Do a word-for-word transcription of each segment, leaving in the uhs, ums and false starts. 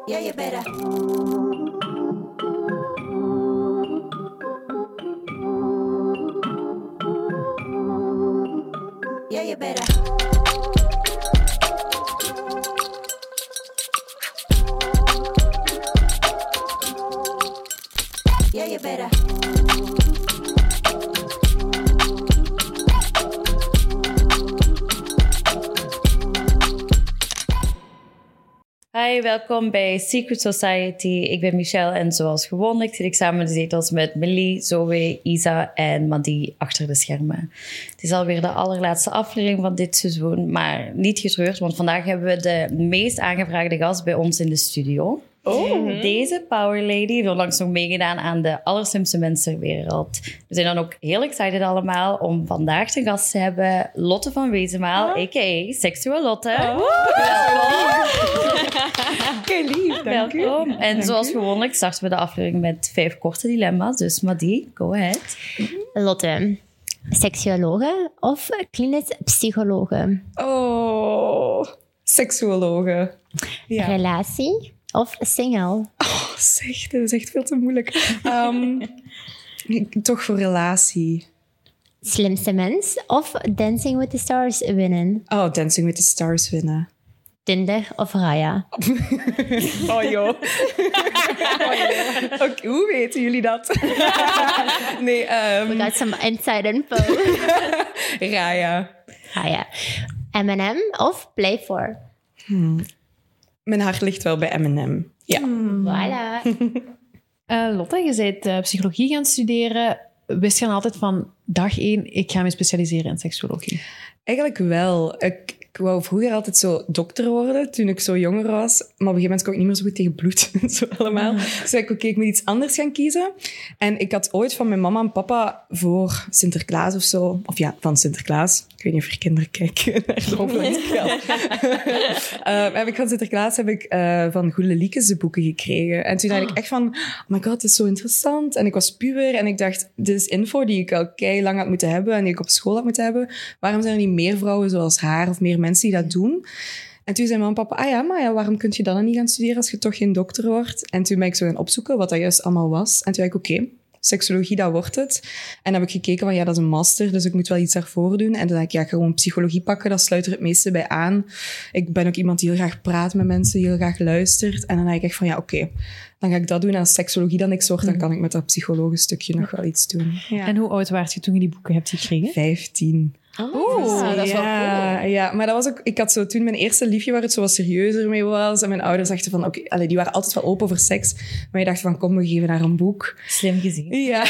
Yeah, you better. Yeah, you better. Yeah, you better. Hi, welkom bij Secret Society. Ik ben Michelle en zoals gewoonlijk zit ik samen in de zetels met Millie, Zoe, Isa en Madi achter de schermen. Het is alweer de allerlaatste aflevering van dit seizoen, maar niet getreurd, want vandaag hebben we de meest aangevraagde gast bij ons in de studio. Oh. Deze Power Lady heeft onlangs nog meegedaan aan de allerslimste mensen ter wereld. We zijn dan ook heel excited allemaal om vandaag te gast te hebben Lotte van Wezenmaal, oh. a k a. Seksueel Lotte. Oh. Welkom. Kei lief, dank Welkom. u. En dank zoals u. gewoonlijk starten we de aflevering met vijf korte dilemma's. Dus Madi, go ahead. Lotte, seksuologe of klinisch psychologe? Oh, seksuologe. Ja. Relatie of single? Oh, zeg, dat is echt veel te moeilijk. Um, toch voor relatie. Slimste mens of Dancing with the Stars winnen? Oh, Dancing with the Stars winnen. Tinder of Raya? Oh joh. Okay, hoe weten jullie dat? Nee, um... We got some inside info. Raya. Raya. M en M of Play four? Hmm. Mijn hart ligt wel bij M en M. Ja. Hmm. Voilà. Uh, Lotte, je bent uh, psychologie gaan studeren. Wist je dan altijd van dag één, ik ga me specialiseren in seksuologie? Eigenlijk wel. Ik, ik wou vroeger altijd zo dokter worden, toen ik zo jonger was. Maar op een gegeven moment kon ik niet meer zo goed tegen bloed en zo allemaal. Mm. Dus zei ik, oké, okay, ik moet iets anders gaan kiezen. En ik had ooit van mijn mama en papa voor Sinterklaas of zo... Of ja, van Sinterklaas. Ik weet niet of er kinderen kijken naar zo'n geld. uh, heb ik van Sinterklaas heb ik uh, van Goede Liekes de boeken gekregen. En toen dacht ik echt van... Oh my god, dit is zo interessant. En ik was puber en ik dacht, dit is info die ik al kei lang had moeten hebben en die ik op school had moeten hebben. Waarom zijn er niet meer vrouwen zoals haar of meer mensen die dat doen? En toen zei mama en papa, ah ja, maar ja, waarom kun je dan dan niet gaan studeren als je toch geen dokter wordt? En toen ben ik zo gaan opzoeken wat dat juist allemaal was. En toen dacht ik, oké, okay, seksologie, dat wordt het. En dan heb ik gekeken van, ja, dat is een master, dus ik moet wel iets daarvoor doen. En toen dacht ik, ja, ik ga gewoon psychologie pakken, dat sluit er het meeste bij aan. Ik ben ook iemand die heel graag praat met mensen, die heel graag luistert. En dan dacht ik echt van, ja, oké, okay, dan ga ik dat doen. En als seksologie dan niks wordt, dan kan ik met dat psychologisch stukje nog wel iets doen. Ja. En hoe oud was je toen je die boeken hebt gekregen? Vijftien. Oeh, oh, dat is ja, wel cool. Ja, maar dat was ook... Ik had zo toen mijn eerste liefje waar het zo wat serieuzer mee was. En mijn ouders dachten van... Oké, okay, die waren altijd wel open voor seks. Maar je dacht van, kom, we geven haar een boek. Slim gezien. Ja.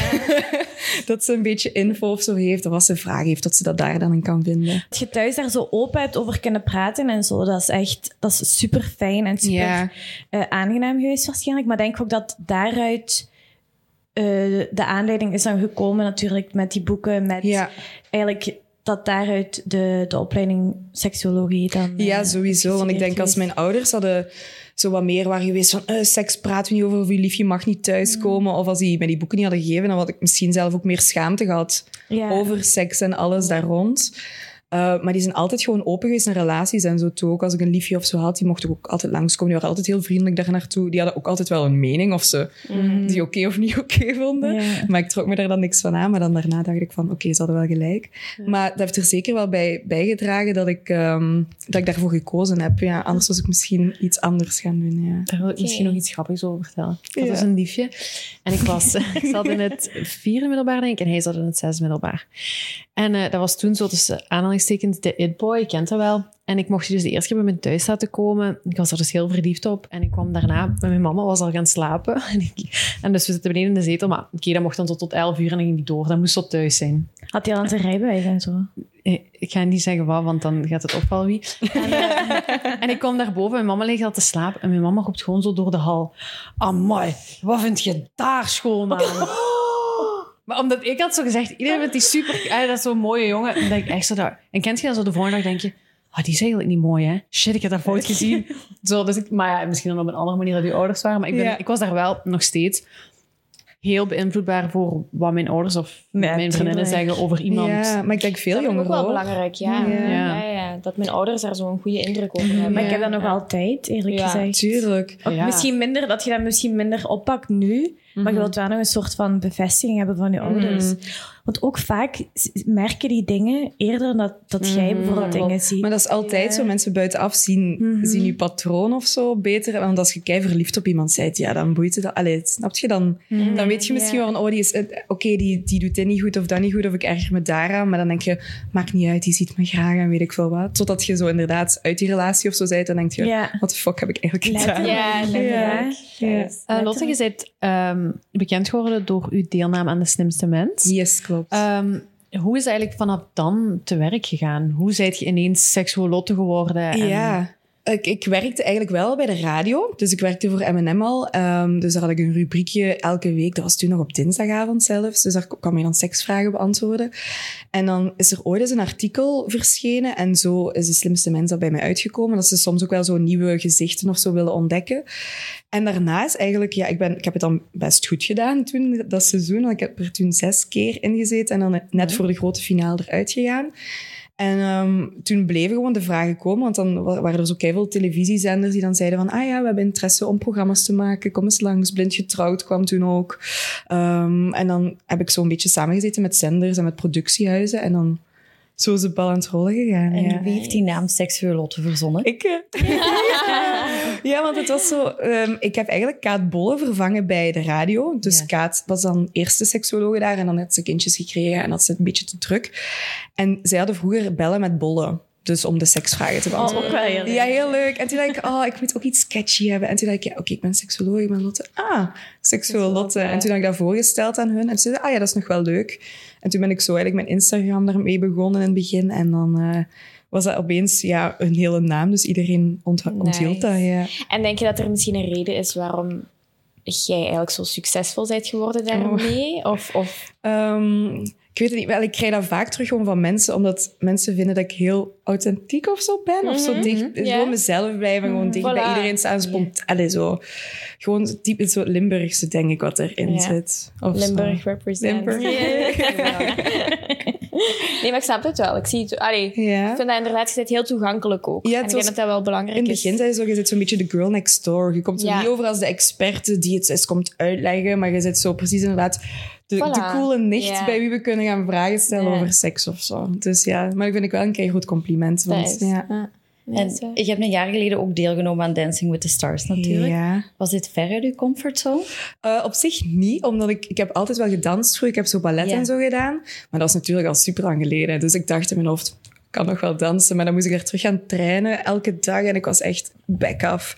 Dat ze een beetje info of zo heeft. Of als ze vragen heeft, dat ze dat daar dan in kan vinden. Dat je thuis daar zo open hebt over kunnen praten en zo. Dat is echt... Dat is super fijn en super ja. uh, aangenaam geweest waarschijnlijk. Maar ik denk ook dat daaruit... Uh, de aanleiding is dan gekomen natuurlijk met die boeken. Met ja. eigenlijk... dat daaruit de, de opleiding seksuologie dan... Ja, sowieso. Want ik denk als mijn ouders hadden zo wat meer waren geweest van uh, seks praten we niet over, of je liefje mag niet thuiskomen. Mm. Of als die mij die boeken niet hadden gegeven, dan had ik misschien zelf ook meer schaamte gehad ja. over seks en alles ja. daar rond. Uh, maar die zijn altijd gewoon open geweest naar relaties en zo toe. Ook als ik een liefje of zo had, die mochten ook altijd langskomen. Die waren altijd heel vriendelijk daar naartoe. Die hadden ook altijd wel een mening of ze mm. die oké okay of niet oké okay vonden. Yeah. Maar ik trok me daar dan niks van aan. Maar dan daarna dacht ik van, oké, okay, ze hadden wel gelijk. Ja. Maar dat heeft er zeker wel bij bijgedragen dat ik, um, dat ik daarvoor gekozen heb. Ja, anders was ik misschien iets anders gaan doen. Ja. Daar wil ik okay. misschien nog iets grappigs over vertellen. Dat was ja. een liefje. En ik was, ik zat in het vierde middelbaar, denk ik. En hij zat in het zesde middelbaar. En uh, dat was toen zo tussen aanhalingstekens de it-boy, je kent dat wel. En ik mocht dus de eerste keer bij mijn thuis laten komen. Ik was er dus heel verliefd op. En ik kwam daarna, met mijn mama was al gaan slapen. En, ik, en dus we zitten beneden in de zetel. Maar oké, okay, dat mocht dan tot, tot elf uur en dan ging die door. Dan moest tot thuis zijn. Had hij al zijn rijbewijs en zo? Ik ga niet zeggen wat, want dan gaat het opvallen wie. En, uh, en ik kwam daarboven, mijn mama ligt al te slapen. En mijn mama roept gewoon zo door de hal. Amai, wat vind je daar schoon aan? Maar omdat ik had zo gezegd, iedereen vindt die super... Ah, dat is zo'n mooie jongen. En denk ik echt zo daar... En kent je dan zo de volgende dag, denk je... Ah, die is eigenlijk niet mooi, hè? Shit, ik heb dat fout gezien. Zo, dus ik, maar ja, misschien dan op een andere manier dat die ouders waren. Maar ik, ben, ja. ik was daar wel nog steeds... heel beïnvloedbaar voor wat mijn ouders of Ja, mijn vriendinnen tuurlijk. zeggen over iemand. Ja, maar ik denk veel Dat vind ik jongeren ook wel ook. belangrijk, ja. Ja. Ja. Ja, ja. Dat mijn ouders daar zo'n goede indruk over hebben. Maar ik heb Ja. dat nog altijd, eerlijk Ja, gezegd. Tuurlijk. Ook Ja. Misschien minder, dat je dat misschien minder oppakt nu, maar je wilt wel nog een soort van bevestiging hebben van je ouders. Want ook vaak s- merken die dingen eerder dat, dat jij bijvoorbeeld dingen ziet. Maar dat is altijd zo. Mensen buitenaf zien, zien je patroon of zo beter. Want als je kei verliefd op iemand bent, ja, dan boeit het. Allee, snap je? Dan, dan weet je misschien Ja. wel van, oh, die is... eh, Oké, die, die doet dit niet goed of dat niet goed, of ik erger me daaraan. Maar dan denk je, maakt niet uit, die ziet me graag en weet ik veel wat. Totdat je zo inderdaad uit die relatie of zo bent, dan denk je, Ja. wat de fuck heb ik eigenlijk gedaan? Ja, letterlijk. Ja. Uh, Lotte, je bent ehm, bekend geworden door uw deelname aan De Slimste Mens. Yes, klopt. Ehm, hoe is het eigenlijk vanaf dan te werk gegaan? Hoe zijt je ineens seksuolotte geworden? En... Ja, ik, ik werkte eigenlijk wel bij de radio. Dus ik werkte voor M en M al. Ehm, dus daar had ik een rubriekje elke week. Dat was toen nog op dinsdagavond zelfs. Dus daar kwam je dan seksvragen beantwoorden. En dan is er ooit eens een artikel verschenen. En zo is De Slimste Mens dat bij mij uitgekomen. Dat ze soms ook wel zo nieuwe gezichten of zo willen ontdekken. En daarna is eigenlijk... Ja, ik, ben, ik heb het dan best goed gedaan toen, dat seizoen. Want ik heb er toen zes keer in gezeten. En dan net voor de grote finale eruit gegaan. En um, toen bleven gewoon de vragen komen, want dan waren er zo keiveel televisiezenders die dan zeiden van ah ja, we hebben interesse om programma's te maken, kom eens langs. Blind Getrouwd kwam toen ook. Um, en dan heb ik zo een beetje samengezeten met zenders en met productiehuizen en dan zo is de bal aan het rollen gegaan. En ja. wie heeft die naam Seksuolotte verzonnen? Ik, eh, ja. ja, want het was zo... Um, ik heb eigenlijk Kaat Bolle vervangen bij de radio. Dus Ja. Kaat was dan eerste seksologe daar en dan had ze kindjes gekregen en had ze het een beetje te druk. En zij hadden vroeger bellen met Bolle. Dus om de seksvragen te beantwoorden. ook wel heel leuk. Ja, heel leuk. En toen dacht ik, oh, ik moet ook iets sketchy hebben. En toen dacht ik, ja, oké, okay, ik ben seksoloog, ik ben Lotte. Ah, seksuolotte. En toen had ik dat voorgesteld aan hun. En toen zeiden ze, ah ja, dat is nog wel leuk. En toen ben ik zo eigenlijk mijn Instagram daarmee begonnen in het begin. En dan uh, was dat opeens ja, een hele naam. Dus iedereen ont- onthield dat, ja. En denk je dat er misschien een reden is waarom jij eigenlijk zo succesvol bent geworden daarmee? Of, of... Um, ik weet het niet. Wel, ik krijg dat vaak terug gewoon van mensen, omdat mensen vinden dat ik heel authentiek of zo ben. Of zo dicht, ja. gewoon mezelf blijven, gewoon dicht Voilà. bij iedereen staan. Spont- Allee, zo. Gewoon type zo Limburgse, denk ik, wat erin Ja. zit. Of Limburg zo. represent. Limburg. Nee, maar ik snap het wel. Ik, zie het, allee, Ja. ik vind dat inderdaad je bent heel toegankelijk ook. Ja, en het ik denk was- dat dat wel belangrijk In het is. begin zei je zo, je zit zo'n beetje de girl next door. Je komt zo Ja. niet over als de experte die het eens komt uitleggen, maar je zit zo precies inderdaad de, Voilà. de coole nicht Ja. bij wie we kunnen gaan vragen stellen Ja. over seks of zo. Dus ja, maar ik vind ik wel een keigoed compliment. Dat Want, is- ja. ja. En Dat is, eh, je hebt een jaar geleden ook deelgenomen aan Dancing with the Stars natuurlijk. Ja. Was dit ver uit uw comfortzone? Uh, op zich niet, omdat ik... Ik heb altijd wel gedanst vroeger. Ik heb zo ballet Ja. en zo gedaan. Maar dat is natuurlijk al super lang geleden. Dus ik dacht in mijn hoofd, ik kan nog wel dansen. Maar dan moest ik er terug gaan trainen elke dag. En ik was echt back af.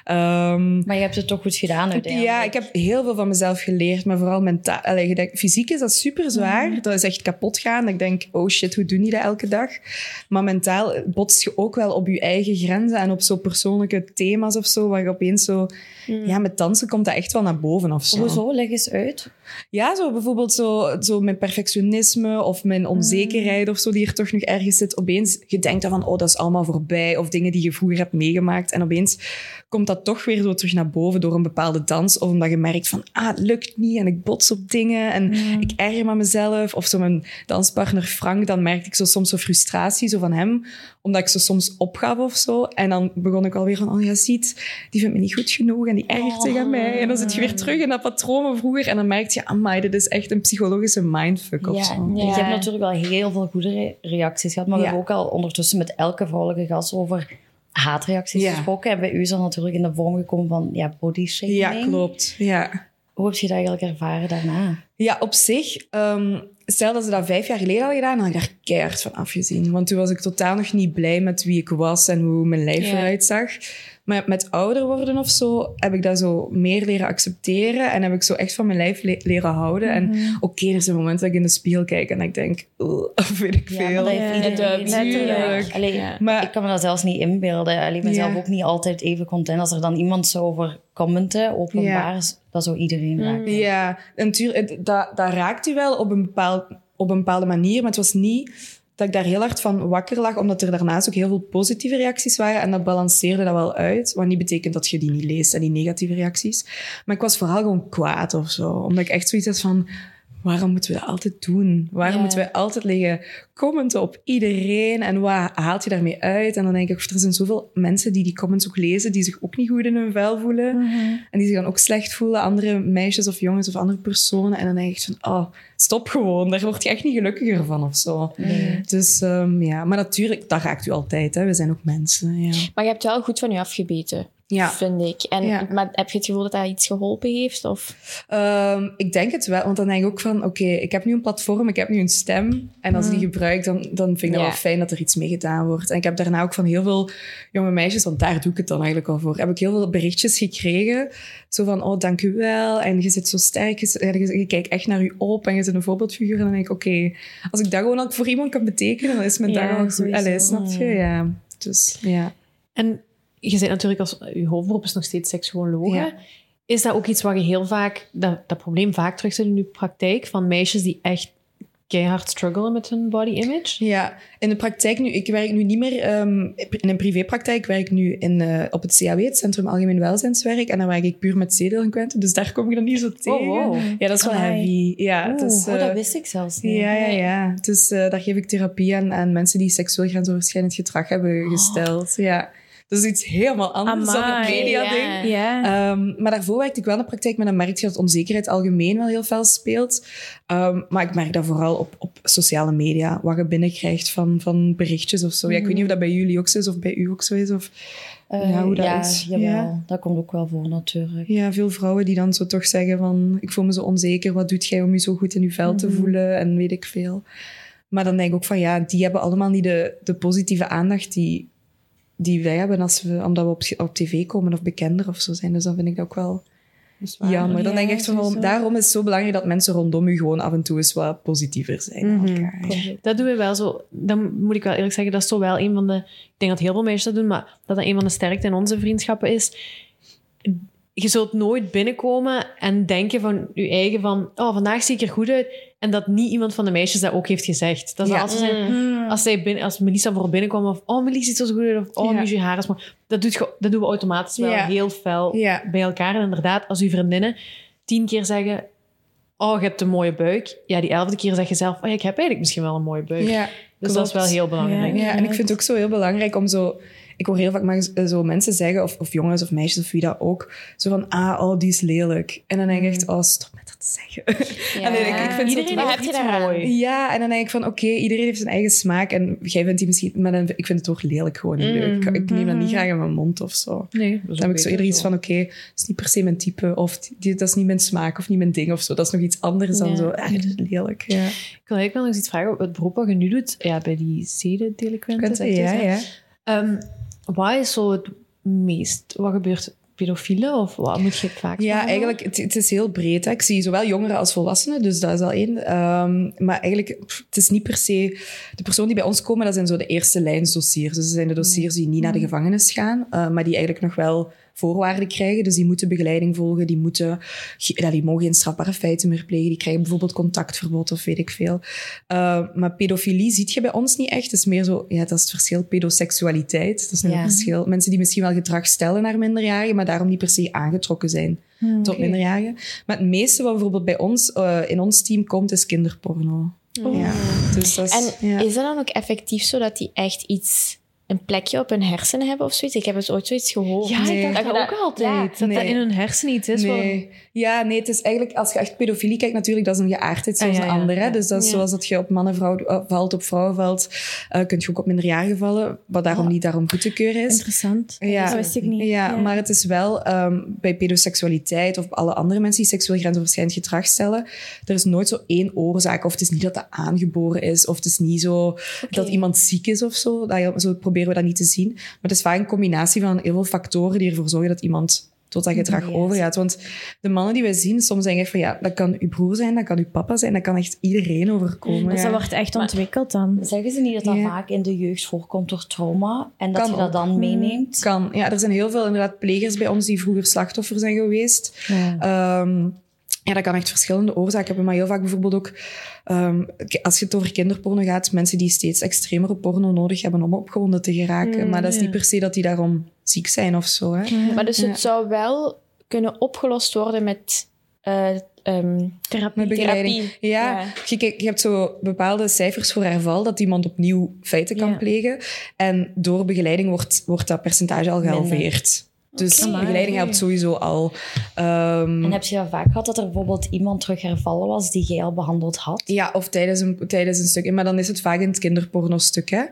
Um, Maar je hebt het toch goed gedaan uiteindelijk. ja, ik heb heel veel van mezelf geleerd. Maar vooral mentaal. Allee, je denkt, fysiek is dat super zwaar. Mhm. Dat is echt kapot gaan. Ik denk, oh shit, hoe doen die dat elke dag? Maar mentaal botst je ook wel op je eigen grenzen. En op zo persoonlijke thema's of zo. Waar je opeens zo... Ja, met dansen komt dat echt wel naar boven of zo. Hoezo? Leg eens uit. Ja, zo bijvoorbeeld zo, zo mijn perfectionisme of mijn onzekerheid of zo, die er toch nog ergens zit. Opeens, je denkt dan van, oh, dat is allemaal voorbij. Of dingen die je vroeger hebt meegemaakt. En opeens komt dat toch weer zo terug naar boven door een bepaalde dans. Of omdat je merkt van, ah, het lukt niet en ik bots op dingen en ik erger me mezelf. Of zo mijn danspartner Frank, dan merkte ik zo soms zo frustratie zo van hem, omdat ik zo soms opgaf of zo. En dan begon ik alweer van, oh ja, ziet, die vindt me niet goed genoeg en die ergert zich aan mij. En dan zit je weer terug in dat patroon van vroeger en dan merk je, amai, dit is echt een psychologische mindfuck of Ja, zo. je hebt natuurlijk wel heel veel goede re- reacties gehad, maar we Ja. hebben ook al ondertussen met elke vrouwelijke gast over haatreacties Ja. gesproken. En bij u is dat natuurlijk in de vorm gekomen van ja, body shaming. Ja, klopt. Ja. Hoe heb je dat eigenlijk ervaren daarna? Ja, op zich, um, stel dat ze dat vijf jaar geleden al gedaan, dan had ik daar keihard van afgezien. Want toen was ik totaal nog niet blij met wie ik was en hoe mijn lijf Ja. eruit zag. Maar met ouder worden of zo, heb ik dat zo meer leren accepteren en heb ik zo echt van mijn lijf le- leren houden. En oké, er zijn momenten dat ik in de spiegel kijk en ik denk, of weet ik Ja, veel. maar dat heeft iedereen. Natuurlijk. Allee, Maar- ik kan me dat zelfs niet inbeelden. Allee, ik ben Ja. zelf ook niet altijd even content. Als er dan iemand zou over commenten, openbaar, Ja. dat zou iedereen raken. Ja, en tuur- het- dat, dat raakt u wel op een, bepaald, op een bepaalde manier, maar het was niet dat ik daar heel hard van wakker lag, omdat er daarnaast ook heel veel positieve reacties waren. En dat balanceerde dat wel uit. Wat niet betekent dat je die niet leest, en die negatieve reacties. Maar ik was vooral gewoon kwaad of zo. Omdat ik echt zoiets had van... Waarom moeten we dat altijd doen? Waarom Ja. moeten we altijd liggen commenten op iedereen? En wat haalt je daarmee uit? En dan denk ik, er zijn zoveel mensen die die comments ook lezen, die zich ook niet goed in hun vel voelen. Mm-hmm. En die zich dan ook slecht voelen. Andere meisjes of jongens of andere personen. En dan denk ik van, oh, stop gewoon. Daar word je echt niet gelukkiger van of zo. Nee. Dus um, ja, maar natuurlijk, dat raakt u altijd. Hè. We zijn ook mensen, ja. Maar je hebt wel goed van je afgebeten, Ja. vind ik. En, Ja. Maar heb je het gevoel dat dat iets geholpen heeft? Of? Um, ik denk het wel, want dan denk ik ook van... Oké, okay, ik heb nu een platform, ik heb nu een stem. En als ik die gebruik, dan, dan vind ik dat Ja. wel fijn dat er iets mee gedaan wordt. En ik heb daarna ook van heel veel jonge meisjes... Want daar doe ik het dan eigenlijk al voor. Heb ik heel veel berichtjes gekregen. Zo van, oh, dank u wel. En je zit zo sterk. Je, je, je kijkt echt naar u op. En je zit een voorbeeldfiguur. En dan denk ik, oké... Okay, als ik dat gewoon ook voor iemand kan betekenen... Dan is mijn Ja, dag al goed. sowieso. Allee, snap je? Ja. Dus, ja. En je zit natuurlijk als... Je hoofdberoep is nog steeds seksuologe. Ja. Is dat ook iets waar je heel vaak... Dat, dat probleem vaak terugzet in je praktijk? Van meisjes die echt keihard struggelen met hun body image? Ja, in de praktijk nu... Ik werk nu niet meer um, in een privépraktijk. Ik werk nu in, uh, op het C A W, het Centrum Algemeen Welzijnswerk. En dan werk ik puur met zeedelinquenten. Dus daar kom ik dan niet zo tegen. Oh, wow. Ja, dat is wel Amai. heavy. Ja, Oeh, dus, oh, uh, dat wist ik zelfs niet. ja, ja, ja. Dus uh, daar geef ik therapie aan, aan mensen die seksueel grensoverschrijdend gedrag hebben gesteld. Ja. Dat is iets helemaal anders dan het Amai, media-ding. ja. Ja. Um, maar daarvoor werkte ik wel in de praktijk, maar dan merk je dat onzekerheid algemeen wel heel fel speelt. Um, maar ik merk dat vooral op, op sociale media, wat je binnenkrijgt van, van berichtjes of zo. Ja, ik weet niet of dat bij jullie ook zo is of bij u ook zo is. Of, Uh, ja, hoe dat ja, is. jawel. Ja. Dat komt ook wel voor, natuurlijk. Ja, veel vrouwen die dan zo toch zeggen van... Ik voel me zo onzeker, wat doet jij om je zo goed in je vel te voelen? En weet ik veel. Maar dan denk ik ook van, ja, die hebben allemaal niet de, de positieve aandacht die, die wij hebben als we, omdat we op, op tv komen of bekender of zo zijn. Dus dan vind ik dat ook wel jammer. Dan Ja, denk ik echt van, sowieso. daarom is het zo belangrijk dat mensen rondom je gewoon af en toe eens wat positiever zijn dan elkaar. Dat doen we wel zo. Dan moet ik wel eerlijk zeggen, dat is zo wel een van de... Ik denk dat heel veel meisjes dat doen, maar dat dat een van de sterkte in onze vriendschappen is. Je zult nooit binnenkomen en denken van je eigen van... Oh, vandaag zie ik er goed uit. En dat niet iemand van de meisjes dat ook heeft gezegd. Dat is Ja. altijd zijn, als, zij binnen, als Melissa voor binnenkwam of... Oh, Melissa ziet er zo goed uit. Of oh, Ja. nu is je haar is mooi. Dat, doet, ge- dat doen we automatisch wel Ja. heel fel Ja. bij elkaar. En inderdaad, als uw vriendinnen tien keer zeggen... Oh, je hebt een mooie buik. Ja, die elfde keer zeg je zelf... Oh, ja, ik heb eigenlijk misschien wel een mooie buik. Ja, Dus dat is wel heel belangrijk. Ja, en ik vind het ook zo heel belangrijk om zo... Ik hoor heel vaak maar zo mensen zeggen, of, of jongens of meisjes of wie dat ook, zo van, ah, oh, die is lelijk. En dan denk ik echt, oh, stop met dat te zeggen. Ja. En dan denk ik, ik vind Iedereen het wat wel heb je iets daaraan? mooi. Ja, en dan denk ik van, oké, okay, iedereen heeft zijn eigen smaak. En jij vindt die misschien... Maar dan, ik vind het toch lelijk gewoon niet leuk. Ik, ik neem dat niet graag in mijn mond of zo. Nee, Dan heb ik zo eerder iets van, oké, okay, dat is niet per se mijn type. Of die, dat is niet mijn smaak of niet mijn ding of zo. Dat is nog iets anders dan Ja. zo, ah, dat is lelijk. Ja. Ik wil eigenlijk wel nog eens iets vragen. Het beroep wat je nu doet, ja, bij die zedendelinquenten. zeg je Ja, zo. ja. Ehm, wat is zo het meest... Wat gebeurt? Pedofielen? Of wat moet je het vaak Ja, van eigenlijk, het, het is heel breed. Hè. Ik zie zowel jongeren als volwassenen, dus dat is al één. Um, maar eigenlijk, pff, het is niet per se... De personen die bij ons komen, dat zijn zo de eerste lijnsdossiers. Dus dat zijn de dossiers die niet naar de gevangenis gaan, uh, maar die eigenlijk nog wel voorwaarden krijgen. Dus die moeten begeleiding volgen, die, moeten, ja, die mogen geen strafbare feiten meer plegen, die krijgen bijvoorbeeld contactverbod of weet ik veel. Uh, maar pedofilie zie je bij ons niet echt. Het is meer zo, ja, dat is het verschil, pedoseksualiteit. Dat is een Ja. verschil. Mensen die misschien wel gedrag stellen naar minderjarigen, maar daarom niet per se aangetrokken zijn tot minderjarigen. Maar het meeste wat bijvoorbeeld bij ons, uh, in ons team komt, is kinderporno. Ja. Dus dat is, En ja. is dat dan ook effectief zo dat die echt iets... een plekje op hun hersenen hebben of zoiets? Ik heb het ooit zoiets gehoord. Ja, Nee. ik dacht Dat dat je ook altijd. Ja, dat nee. dat in hun hersenen iets is. wat- Nee. Ja, nee, het is eigenlijk... Als je echt pedofilie kijkt, natuurlijk, dat is een geaardheid zoals Ah, ja, een ja, andere. hè. ja. Dus dat is Ja. zoals dat je op mannen vrouw, uh, valt, op vrouwen valt, uh, kun je ook op minderjarigen vallen, wat daarom Ah. niet daarom goed te keuren is. Interessant. Ja. Dat wist ik niet. Ja, maar het is wel um, bij pedoseksualiteit of alle andere mensen die seksueel grensoverschrijdend gedrag stellen, er is nooit zo één oorzaak. Of het is niet dat dat aangeboren is, of het is niet zo dat iemand ziek is of zo. Dat, zo proberen we dat niet te zien. Maar het is vaak een combinatie van heel veel factoren die ervoor zorgen dat iemand tot dat gedrag Yes. overgaat. Want de mannen die wij zien, soms zeggen van ja, dat kan uw broer zijn, dat kan uw papa zijn, dat kan echt iedereen overkomen. Dus ja. dat wordt echt ontwikkeld dan. Zeggen ze niet dat dat Ja. vaak in de jeugd voorkomt door trauma en dat Kan je dat ook. dan meeneemt? Kan. Ja, er zijn heel veel inderdaad plegers bij ons die vroeger slachtoffer zijn geweest. Ja. Um, Ja, dat kan echt verschillende oorzaken hebben. Maar heel vaak bijvoorbeeld ook... Um, als je het over kinderporno gaat, mensen die steeds extremere porno nodig hebben om opgewonden te geraken. Mm, maar dat is ja. niet per se dat die daarom ziek zijn of zo. Hè. Mm. Maar dus ja. het zou wel kunnen opgelost worden met... Uh, Um, therapie. Met begeleiding. Therapie. Ja, ja. Je, je hebt zo bepaalde cijfers voor herval dat iemand opnieuw feiten kan ja. plegen. En door begeleiding wordt, wordt dat percentage al gehalveerd. Dus okay. begeleiding helpt sowieso al. Um, en heb je dat vaak gehad dat er bijvoorbeeld iemand terug hervallen was die jij al behandeld had? Ja, of tijdens een, tijdens een stuk. Maar dan is het vaak in het kinderporno-stuk. Hè.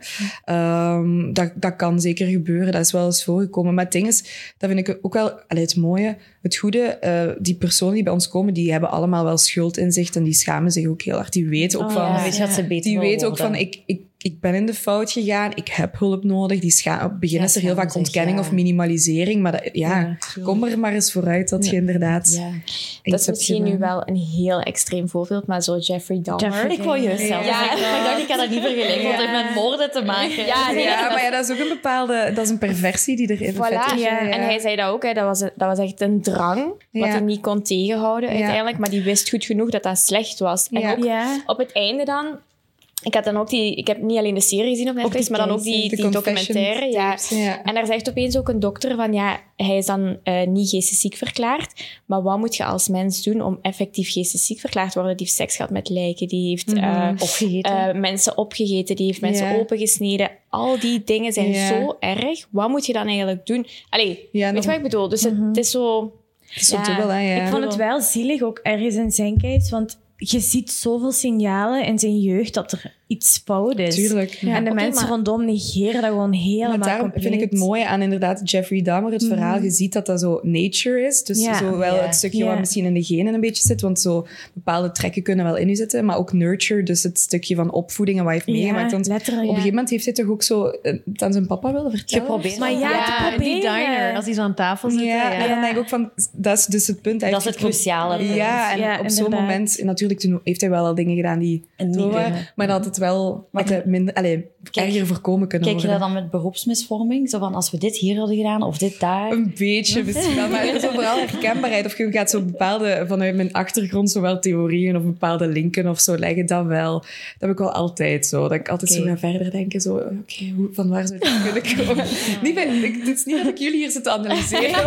Um, dat, dat kan zeker gebeuren. Dat is wel eens voorgekomen. Maar het ding is, dat vind ik ook wel allee, het mooie, het goede. Uh, die personen die bij ons komen, die hebben allemaal wel schuldinzicht en die schamen zich ook heel hard. Die weten ook oh, van... Ja, weet je wat ze beter die weten ook worden. van, ik... ik Ik ben in de fout gegaan, ik heb hulp nodig. Die scha- op het begin ja, is er heel vaak ontkenning zich, ja. of minimalisering. Maar dat, ja, ja kom er maar eens vooruit dat ja. je inderdaad... Ja. Dat is misschien gedaan. Nu wel een heel extreem voorbeeld, maar zo Jeffrey Dahmer. Jeffrey, ik wou juist zelf. Ja. Ja. Ik dacht, ik kan dat niet vergelijken, ja. want het heeft met moorden te maken. Ja, nee, ja maar ja, dat is ook een bepaalde... Dat is een perversie die erin voilà. is. Ja. En hij zei dat ook, hè, dat, was, dat was echt een drang, wat ja. hij niet kon tegenhouden uiteindelijk. Maar die wist goed genoeg dat dat slecht was. En ja. ook ja. op het einde dan... Ik had dan ook die, ik heb niet alleen de serie gezien op Netflix, maar dan ook die, die documentaire. Ja. ja. En daar zegt opeens ook een dokter van, ja, hij is dan uh, niet geestesziek verklaard, maar wat moet je als mens doen om effectief geestesziek verklaard te worden? Die heeft seks gehad met lijken, die heeft mm-hmm. uh, opgegeten. Uh, mensen opgegeten, die heeft mensen ja. opengesneden. Al die dingen zijn ja. zo erg. Wat moet je dan eigenlijk doen? Allee, ja, weet je wat ik bedoel? Dus mm-hmm. het, het is zo... Het is zo ja. dubbel, hè? Ja. Ik vond het wel zielig, ook ergens in zijn case, want je ziet zoveel signalen in zijn jeugd dat er iets fout is. Tuurlijk. Ja, en de okay, mensen maar... rondom negeren dat gewoon helemaal maar daarom compleet. vind ik het mooie aan inderdaad Jeffrey Dahmer, het mm-hmm. verhaal. Je ziet dat dat zo nature is. Dus ja. zowel ja. het stukje ja. wat misschien in de genen een beetje zit, want zo bepaalde trekken kunnen wel in je zitten, maar ook nurture, dus het stukje van opvoeding en wat hij heeft ja, meegemaakt. Want letterlijk. op een gegeven moment heeft hij toch ook zo het aan zijn papa willen vertellen. Geprobeerd. Maar ja, ja te proberen. die diner, als die zo aan tafel zitten. Ja, Ja, en dan denk ik ook van, dat is dus het punt. Hij dat is heeft het cruciale punt. Ja, en ja, op zo'n inderdaad. moment, natuurlijk toen heeft hij wel al dingen gedaan die En zo niet waren, kunnen. maar dat het wel Maar had hij minder, allee, Kijk, erger voorkomen kunnen Kijk je worden. dat dan met beroepsmisvorming? Zo van, als we dit hier hadden gedaan, of dit daar? Een beetje misschien wel, maar het is vooral herkenbaarheid. Of je gaat zo bepaalde, vanuit mijn achtergrond, zowel theorieën of bepaalde linken of zo leggen, dat wel. Dat heb ik wel altijd zo. Dat ik altijd okay. zo ga verder denken, zo, oké, okay, van waar zou het kunnen komen? niet bij, ik, het is niet dat ik jullie hier zit te analyseren.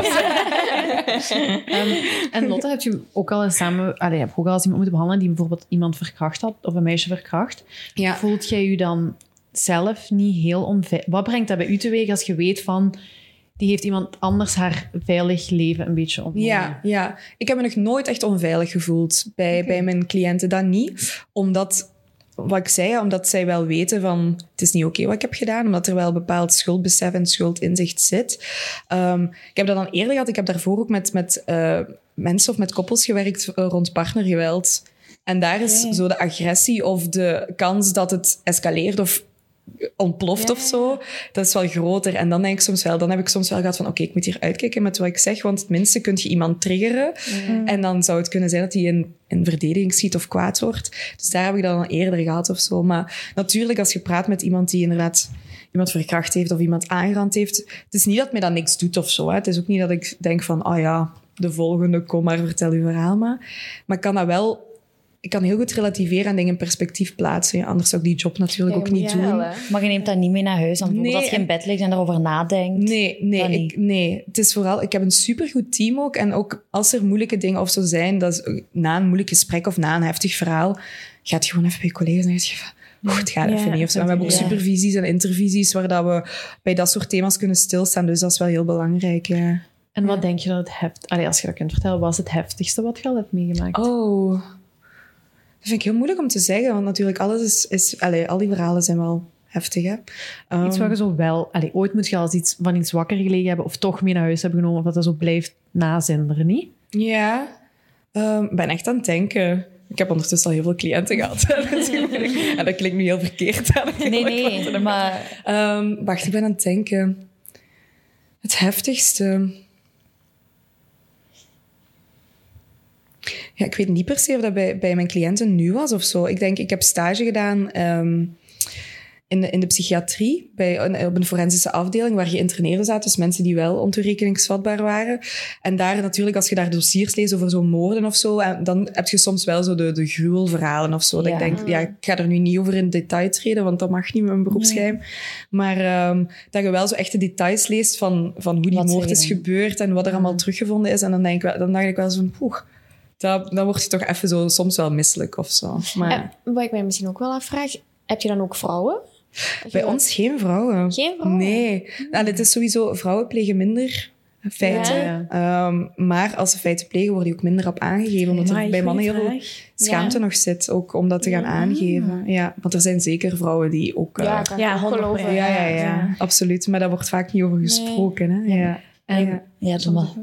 um, en Lotte, heb je ook al eens samen, allee, heb je ook al eens iemand moeten behandelen die bijvoorbeeld iemand verkracht had, of een meisje verkracht? Ja. Voelt jij je dan zelf niet heel onveilig? Wat brengt dat bij u teweeg als je weet van, die heeft iemand anders haar veilig leven een beetje ontnomen? Ja, ja, ik heb me nog nooit echt onveilig gevoeld bij, okay. bij mijn cliënten. Dat niet, omdat, wat ik zei, omdat zij wel weten van, het is niet oké okay wat ik heb gedaan, omdat er wel bepaald schuldbesef en schuldinzicht zit. Um, ik heb dat dan eerder gehad. Ik heb daarvoor ook met, met uh, mensen of met koppels gewerkt uh, rond partnergeweld. En daar is okay. zo de agressie of de kans dat het escaleert of ontploft ja. of zo, dat is wel groter. En dan denk ik soms wel, dan heb ik soms wel gehad van, oké, okay, ik moet hier uitkijken met wat ik zeg, want het minste kun je iemand triggeren. Mm. En dan zou het kunnen zijn dat hij in, in verdediging schiet of kwaad wordt. Dus daar heb ik dat dan eerder gehad of zo. Maar natuurlijk, als je praat met iemand die inderdaad iemand verkracht heeft of iemand aangerand heeft, het is niet dat mij dat niks doet of zo. Hè. Het is ook niet dat ik denk van, oh ja, de volgende, kom maar, vertel uw verhaal maar. Maar ik kan dat wel... Ik kan heel goed relativeren en dingen in perspectief plaatsen. Ja, anders zou ik die job natuurlijk ja, ook niet doen. Wel, maar je neemt dat niet mee naar huis? Dan nee, als je in bed ligt en erover nadenkt? Nee, nee, ik, nee. Het is vooral... Ik heb een supergoed team ook. En ook als er moeilijke dingen of zo zijn, dat is, na een moeilijk gesprek of na een heftig verhaal, gaat je gewoon even bij je collega's en zeg je van, oh, het gaat ja, even niet. Of zo. En we hebben ook ja. supervisies en intervisies waar dat we bij dat soort thema's kunnen stilstaan. Dus dat is wel heel belangrijk. Ja. En wat ja. denk je dat het heft... Allee, als je dat kunt vertellen, wat is het heftigste wat je al hebt meegemaakt? Oh... Dat vind ik heel moeilijk om te zeggen, want natuurlijk alles is... is allez, al die verhalen zijn wel heftig, hè. Um, iets wat je zo wel... Allez, ooit moet je als iets, van iets wakker gelegen hebben of toch mee naar huis hebben genomen, of dat dat zo blijft nazinderen, niet? Ja. Ik um, ben echt aan het denken. Ik heb ondertussen al heel veel cliënten gehad. En dat klinkt nu heel verkeerd. Nee, nee, maar... Um, wacht, ik ben aan het denken. Het heftigste... Ja, ik weet niet per se of dat bij, bij mijn cliënten nu was of zo. Ik denk, ik heb stage gedaan um, in de, in de psychiatrie, bij, een, op een forensische afdeling, waar geïnterneerden zaten, dus mensen die wel ontoerekeningsvatbaar waren. En daar natuurlijk, als je daar dossiers leest over zo'n moorden of zo, en dan heb je soms wel zo de, de gruwelverhalen of zo. Dat Ja. ik denk, ja, ik ga er nu niet over in detail treden, want dat mag niet met mijn beroepsgeheim. Maar um, dat je wel zo echt de details leest van, van hoe die Wat moord ze is gedaan. gebeurd en wat er allemaal teruggevonden is. En dan, denk ik, wel- dan dacht ik wel zo van, poeh, dat, dan word je toch even zo, soms wel misselijk of zo. Maar En wat ik mij misschien ook wel afvraag, heb je dan ook vrouwen? bij ons geen vrouwen. Geen vrouwen? Nee. Nou, het is sowieso, vrouwen plegen minder feiten. Ja. Um, maar als ze feiten plegen, worden die ook minder op aangegeven. Omdat er Amai, bij mannen heel goeie veel vraag. schaamte nog zit, ook om dat te gaan aangeven. Ja, want er zijn zeker vrouwen die ook... uh, Ja, kan Ja, ik ook honderd geloven. procent. ja, ja, ja, Ja. absoluut. Maar daar wordt vaak niet over gesproken. Hè? Ja. En Ja. Ja, doe maar.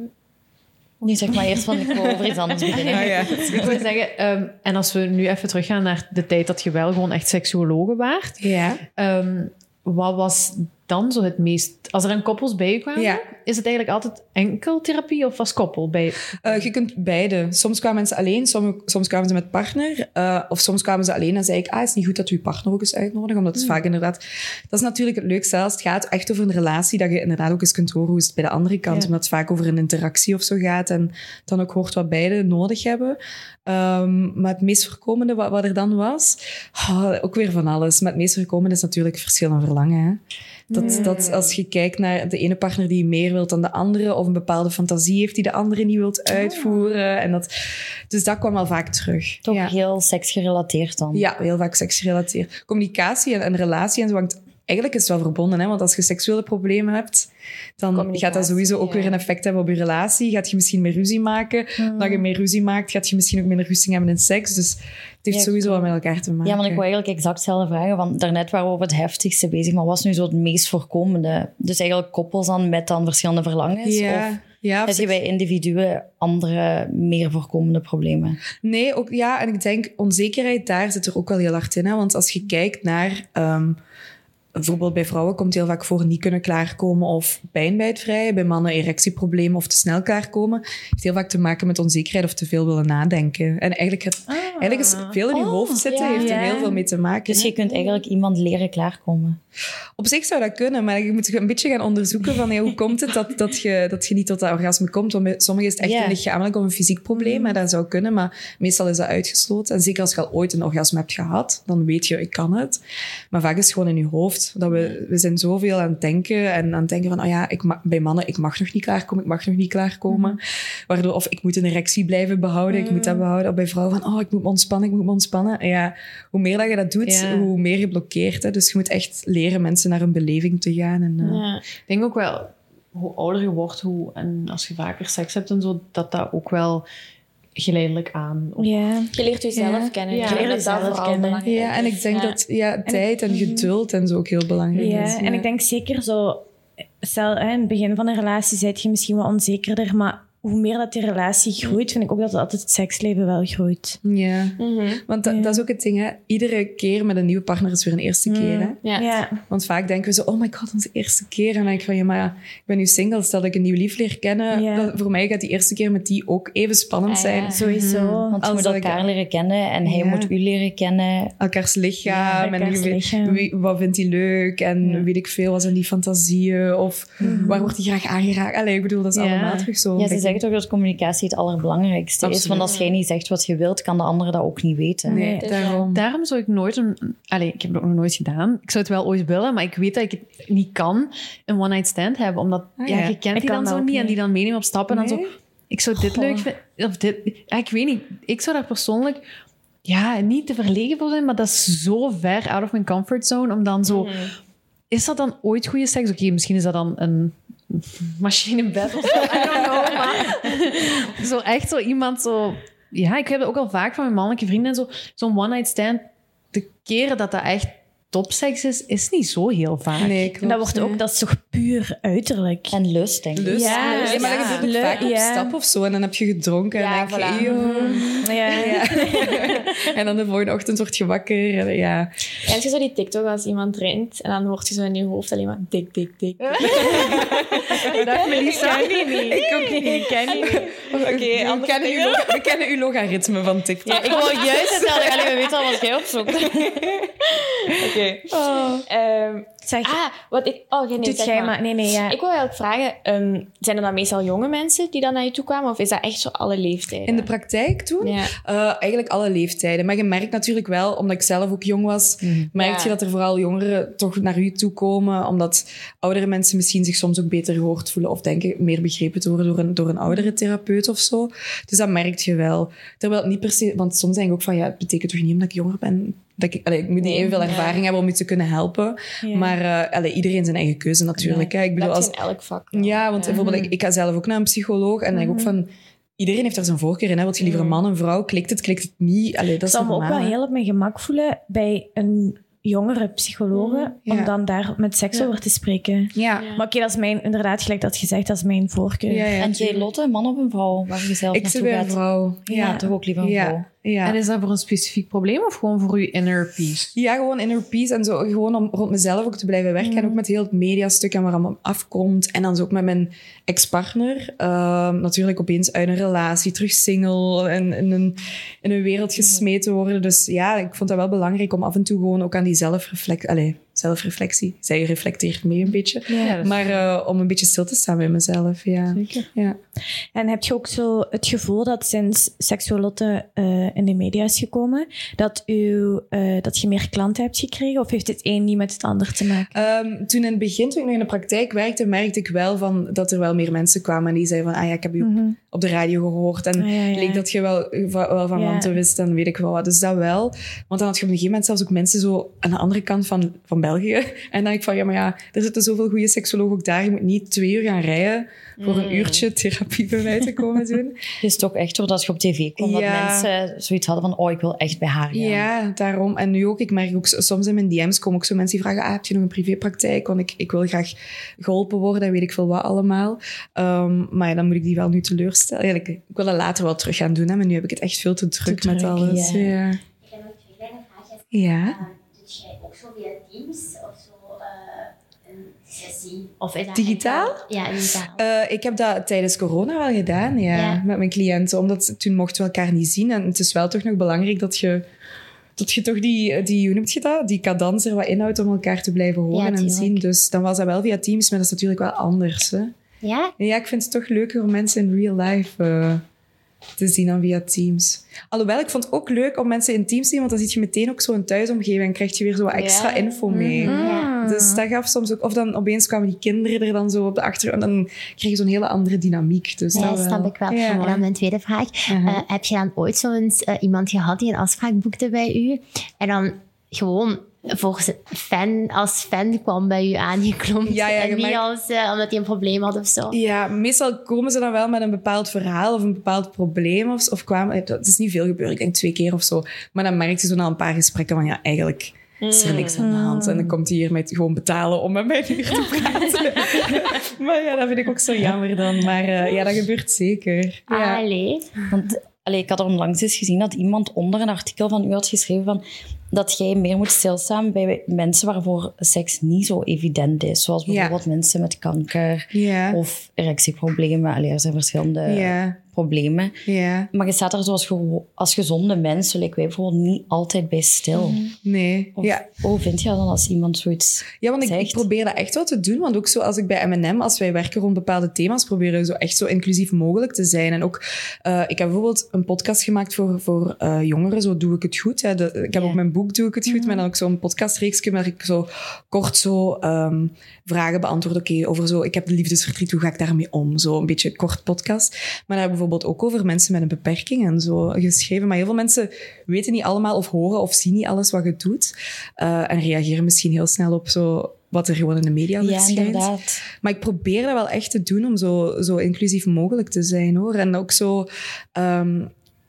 Nu zeg maar eerst van ik wil over iets anders beginnen. Ah, ja. ik wil zeggen, ehm, en als we nu even teruggaan naar de tijd dat je wel gewoon echt seksuologe waart, Ja. ehm, wat was dan zo het meest... Als er een koppels bij je kwamen, Ja. is het eigenlijk altijd enkel therapie of was koppel bij... Uh, je kunt beide. Soms kwamen mensen alleen, soms, soms kwamen ze met partner. Uh, of soms kwamen ze alleen en zei ik, ah, het is niet goed dat we je partner ook eens uitnodigen. Omdat het vaak inderdaad... Dat is natuurlijk het leukste als het gaat echt over een relatie, dat je inderdaad ook eens kunt horen hoe is het bij de andere kant. Ja. Omdat het vaak over een interactie of zo gaat. En dan ook hoort wat beide nodig hebben. Um, maar het meest voorkomende wat, wat er dan was... Oh, ook weer van alles. Maar het meest voorkomende is natuurlijk verschil en verlangen. Hè. Dat, dat als je kijkt naar de ene partner die meer wilt dan de andere, of een bepaalde fantasie heeft die de andere niet wilt uitvoeren. En dat, dus dat kwam wel vaak terug. Toch ja. heel seksgerelateerd dan. Ja, heel vaak seksgerelateerd. Communicatie en, en relatie en zo hangt... Eigenlijk is het wel verbonden, hè? Want als je seksuele problemen hebt, dan Communicatie, gaat dat sowieso ook ja. weer een effect hebben op je relatie. Gaat je misschien meer ruzie maken. Dat je meer ruzie maakt, gaat je misschien ook minder rusting hebben in seks. Dus het heeft Ja, sowieso wel met elkaar te maken. Ja, want ik wou eigenlijk exact hetzelfde vragen. Want daarnet waren we over het heftigste bezig, maar wat is nu zo het meest voorkomende? Dus eigenlijk koppels dan met dan verschillende verlangens? Ja, Of ja, of heb je bij individuen andere, meer voorkomende problemen? Nee, ook, ja, en ik denk onzekerheid daar zit er ook wel heel hard in. Hè? Want als je kijkt naar... Um, bijvoorbeeld bij vrouwen komt heel vaak voor niet kunnen klaarkomen of pijn bij het vrijen. Bij mannen erectieproblemen of te snel klaarkomen. Het heeft heel vaak te maken met onzekerheid of te veel willen nadenken. En eigenlijk, het, Ah. eigenlijk is veel in je Oh, hoofd zitten, ja. heeft er Ja. heel veel mee te maken. Dus hè. je kunt eigenlijk iemand leren klaarkomen. Op zich zou dat kunnen, maar je moet een beetje gaan onderzoeken van hey, hoe komt het dat, dat, je, dat je niet tot dat orgasme komt. Want bij sommigen is het echt Ja. een lichamelijk of een fysiek probleem, maar dat zou kunnen. Maar meestal is dat uitgesloten. En zeker als je al ooit een orgasme hebt gehad, dan weet je, ik kan het. Maar vaak is het gewoon in je hoofd. Dat we, we zijn zoveel aan het denken en aan het denken van, oh ja, ik ma- bij mannen, ik mag nog niet klaarkomen, ik mag nog niet klaarkomen. Waardoor, of ik moet een erectie blijven behouden, ik moet dat behouden. Of bij vrouwen van, oh, ik moet me ontspannen, ik moet me ontspannen. En ja, hoe meer dat je dat doet, Ja. hoe meer je blokkeert. Hè. Dus je moet echt leren mensen naar hun beleving te gaan. En, uh, Ja. Ik denk ook wel, hoe ouder je wordt, hoe, en als je vaker seks hebt en zo, dat dat ook wel geleidelijk aan... Ja. Je leert jezelf Ja. kennen. Ja. Ik denk Je leert dat dat jezelf vooral kennen. belangrijk Ja, en is. ik denk Ja. dat ja, tijd en geduld en zo ook heel belangrijk is. Ja, en ik denk zeker zo... Stel, hè, in het begin van een relatie zit je misschien wat onzekerder, maar hoe meer dat die relatie groeit, vind ik ook dat altijd het seksleven wel groeit. Ja, Mhm. want dat, Ja. dat is ook het ding, hè. Iedere keer met een nieuwe partner is weer een eerste keer, hè. Ja. Ja. Want vaak denken we zo, oh my god, onze eerste keer. En dan denk ik van, ja, maar ja, ik ben nu single, stel dat ik een nieuw lief leer kennen. Ja. Dat, voor mij gaat die eerste keer met die ook even spannend Ah, zijn. ja. Sowieso. Want je Als moet dat ik- elkaar leren kennen en hij Ja. moet u leren kennen. Elkaars lichaam. Ja, en elkaars wie- lichaam. wie- wat vindt hij leuk? En Ja. weet ik veel, wat zijn die fantasieën? Of waar wordt hij graag aangeraakt? Allee, ik bedoel, dat is Ja. allemaal terug zo. Ja, ze Denk zeggen ik. toch dat communicatie het allerbelangrijkste is. Absoluut. Want als jij niet zegt wat je wilt, kan de andere dat ook niet weten. Nee, Nee. daarom. Daarom zou ik nooit een... Allee, ik heb het ook nog nooit gedaan. Ik zou het wel ooit willen, maar ik weet dat ik het niet kan, een one-night stand hebben. Omdat Ah, ja, ja. je kent Ik die kan dan dat zo ook niet en niet. die dan meenemen op stappen. En dan Nee? zo, ik zou dit Goh. leuk vinden. Of dit... Ja, ik weet niet. Ik zou daar persoonlijk... Ja, niet te verlegen voor zijn, maar dat is zo ver out of mijn comfortzone om dan zo... Is dat dan ooit goede seks? Oké, misschien is dat dan een machinebed of zo. I don't know, maar... zo echt zo iemand zo... Ja, ik heb het ook al vaak van mijn mannelijke vrienden en zo. Zo'n one-night stand, de keren dat dat echt topseks is, is niet zo heel vaak. Nee, klopt. En dat wordt ook, dat is toch puur uiterlijk. En lust, denk ik. Lust, Ja, lust. ja. Maar dat gebeurt ook Leuk, vaak op ja. stap of zo. En dan heb je gedronken Ja, en denk je, voilà. "Eeuw." Ja. Ja. En dan de volgende ochtend word je wakker. En, ja. Ken je zo die TikTok als iemand rent en dan hoort je zo in je hoofd alleen maar dik, dik, dik. Dag Melissa. Ik ken die niet. Ik ook niet. Ik ken die niet. Oké, we, kennen uw loga- we kennen uw logaritme van TikTok. Ja, ik wou juist zeggen, allee, we weten al wat jij opzoekt. Oké, Oké. Oh. Ehm, Zeg, ah, wat ik... Oh, nee, doet zeg jij maar. maar. Nee, nee, ja. Ik wil eigenlijk vragen, um, zijn er dan meestal jonge mensen die dan naar je toe kwamen? Of is dat echt zo alle leeftijden? In de praktijk toen? Ja. Uh, eigenlijk alle leeftijden. Maar je merkt natuurlijk wel, omdat ik zelf ook jong was, Mm. merk Ja. je dat er vooral jongeren toch naar u toe komen, omdat oudere mensen misschien zich soms ook beter gehoord voelen of denken meer begrepen te worden door een, door een oudere therapeut of zo. Dus dat merk je wel. Terwijl het niet per se... Want soms denk ik ook van, ja, het betekent toch niet omdat ik jonger ben... Dat ik, allee, ik moet niet evenveel ervaring Ja. hebben om je te kunnen helpen. Ja. Maar uh, allee, iedereen zijn eigen keuze natuurlijk. Hè. Ik bedoel, Dat als, heb je in elk vak. wel. ja, want bijvoorbeeld, ik, ik ga zelf ook naar een psycholoog en denk ook van... Iedereen heeft daar zijn voorkeur in. Hè. Wil je liever een man, een vrouw? Klikt het, klikt het niet? Allee, dat Ik is zou me ook normaal, wel hè. heel op mijn gemak voelen bij een jongere psychologe, Ja. om dan daar met seks Ja. over te spreken. Ja. Maar oké, dat is mijn, inderdaad, gelijk dat gezegd, dat is mijn voorkeur. Ja, ja, En jij, Lotte, een man of een vrouw? Waar je zelf Ik naartoe zit bij een gaat? vrouw. Ja, Ja. toch ook liever een Ja. vrouw. Ja. En is dat voor een specifiek probleem of gewoon voor je inner peace? Ja, gewoon inner peace en zo. Gewoon om rond mezelf ook te blijven werken. En ook met heel het mediastuk en waar allemaal afkomt. En dan zo ook met mijn ex-partner. Ehm, natuurlijk opeens uit een relatie, terug single. En in een, in een wereld gesmeten worden. Dus ja, ik vond dat wel belangrijk om af en toe gewoon ook aan die zelfreflectie... Allee, zelfreflectie. Zij reflecteert mee een beetje. Ja, dat is Maar uh, om een beetje stil te staan bij mezelf, ja. zeker. Ja. En heb je ook zo het gevoel dat sinds Seksuolotte uh, in de media is gekomen, dat, u, uh, dat je meer klanten hebt gekregen? Of heeft het een niet met het ander te maken? Um, toen in het begin, toen ik nog in de praktijk werkte, merkte ik wel van, dat er wel meer mensen kwamen en die zeiden van, ah ja, ik heb u op, Mm-hmm. op de radio gehoord en Ah, ja, ja. leek dat je wel, wel van Ja. wanten wist en weet ik wel wat. Dus dat wel. Want dan had je op een gegeven moment zelfs ook mensen zo aan de andere kant van, van België. En dan dacht ik van, ja, maar ja, er zitten zoveel goede seksologen ook daar. Je moet niet twee uur gaan rijden voor een uurtje therapie bij mij te komen doen. Het is toch echt doordat je op tv kwam, Ja. dat mensen zoiets hadden van, oh, ik wil echt bij haar gaan. Ja, daarom. En nu ook, ik merk ook soms in mijn D M's komen ook zo mensen die vragen, ah, heb je nog een privépraktijk? Want ik, ik wil graag geholpen worden en weet ik veel wat allemaal. Um, maar ja, dan moet ik die wel nu teleurstellen. Ja, ik, ik wil dat later wel terug gaan doen, hè, maar nu heb ik het echt veel te druk, Te met druk, alles. ja. Ja. Ik heb nog twee kleine vraagjes. Ja. Uh, doe jij ook zo via Teams of zo uh, een sessie? Of is dat Digitaal? enkel- Ja, digitaal. Uh, ik heb dat tijdens corona wel gedaan, ja, Ja. met mijn cliënten. Omdat toen mochten we elkaar niet zien. En het is wel toch nog belangrijk dat je, dat je toch die, die, hoe noemt je dat? Die cadans er wat inhoudt om elkaar te blijven horen Ja, en tuurlijk. zien. Dus dan was dat wel via Teams, maar dat is natuurlijk wel anders. Hè? Ja? Ja, ik vind het toch leuker om mensen in real life uh, te zien dan via Teams. Alhoewel, ik vond het ook leuk om mensen in Teams te zien, want dan zit je meteen ook zo een thuisomgeving en krijg je weer zo wat extra Ja. info mee. Ja. Dus dat gaf soms ook... Of dan opeens kwamen die kinderen er dan zo op de achtergrond en dan kreeg je zo'n hele andere dynamiek. Dus Ja, dat dat wel. snap ik wel. Ja. En dan mijn tweede vraag. Uh-huh. Uh, heb je dan ooit zo'n uh, iemand gehad die een afspraak boekte bij u en dan gewoon voor zijn fan, als fan kwam bij u aangeklompt Ja, ja, en je niet merkt- als, uh, omdat hij een probleem had of zo? Ja, meestal komen ze dan wel met een bepaald verhaal of een bepaald probleem. Of, of kwamen, het is niet veel gebeurd, ik denk twee keer of zo. Maar dan merk je zo na een paar gesprekken van ja, eigenlijk is er niks aan de hand. En dan komt hij hier met gewoon betalen om met mij hier te praten. Maar ja, dat vind ik ook zo jammer dan. Maar uh, ja, dat gebeurt zeker. Ja. Allee. Want allee, ik had er onlangs eens gezien dat iemand onder een artikel van u had geschreven van, dat jij meer moet stilstaan bij mensen waarvoor seks niet zo evident is. Zoals bijvoorbeeld Ja. mensen met kanker Ja. of erectieproblemen. Allee, er zijn verschillende Ja. problemen. Ja. Maar je staat er zoals gewo- als gezonde mens, zoals wij bijvoorbeeld, niet altijd bij stil. Nee. Of, Ja. Hoe vind je dat dan als iemand zoiets Ja, want ik, ik zegt? probeer dat echt wel te doen. Want ook zo als ik bij M en M, als wij werken rond bepaalde thema's, proberen we zo echt zo inclusief mogelijk te zijn. En ook, uh, ik heb bijvoorbeeld een podcast gemaakt voor, voor uh, jongeren, zo Doe ik het goed. Hè. De, ik heb Ja. ook mijn boek Doe ik het goed, maar dan ook zo'n podcastreeksje waar ik zo kort zo um, vragen beantwoord. Oké, okay, over zo, ik heb de liefdesverdriet, hoe ga ik daarmee om? Zo een beetje kort podcast. Maar daar heb ik bijvoorbeeld ook over mensen met een beperking en zo geschreven. Maar heel veel mensen weten niet allemaal of horen of zien niet alles wat je doet. Uh, en reageren misschien heel snel op zo wat er gewoon in de media Ja, verschijnt. inderdaad. Maar ik probeer dat wel echt te doen om zo, zo inclusief mogelijk te zijn, hoor. En ook zo, um,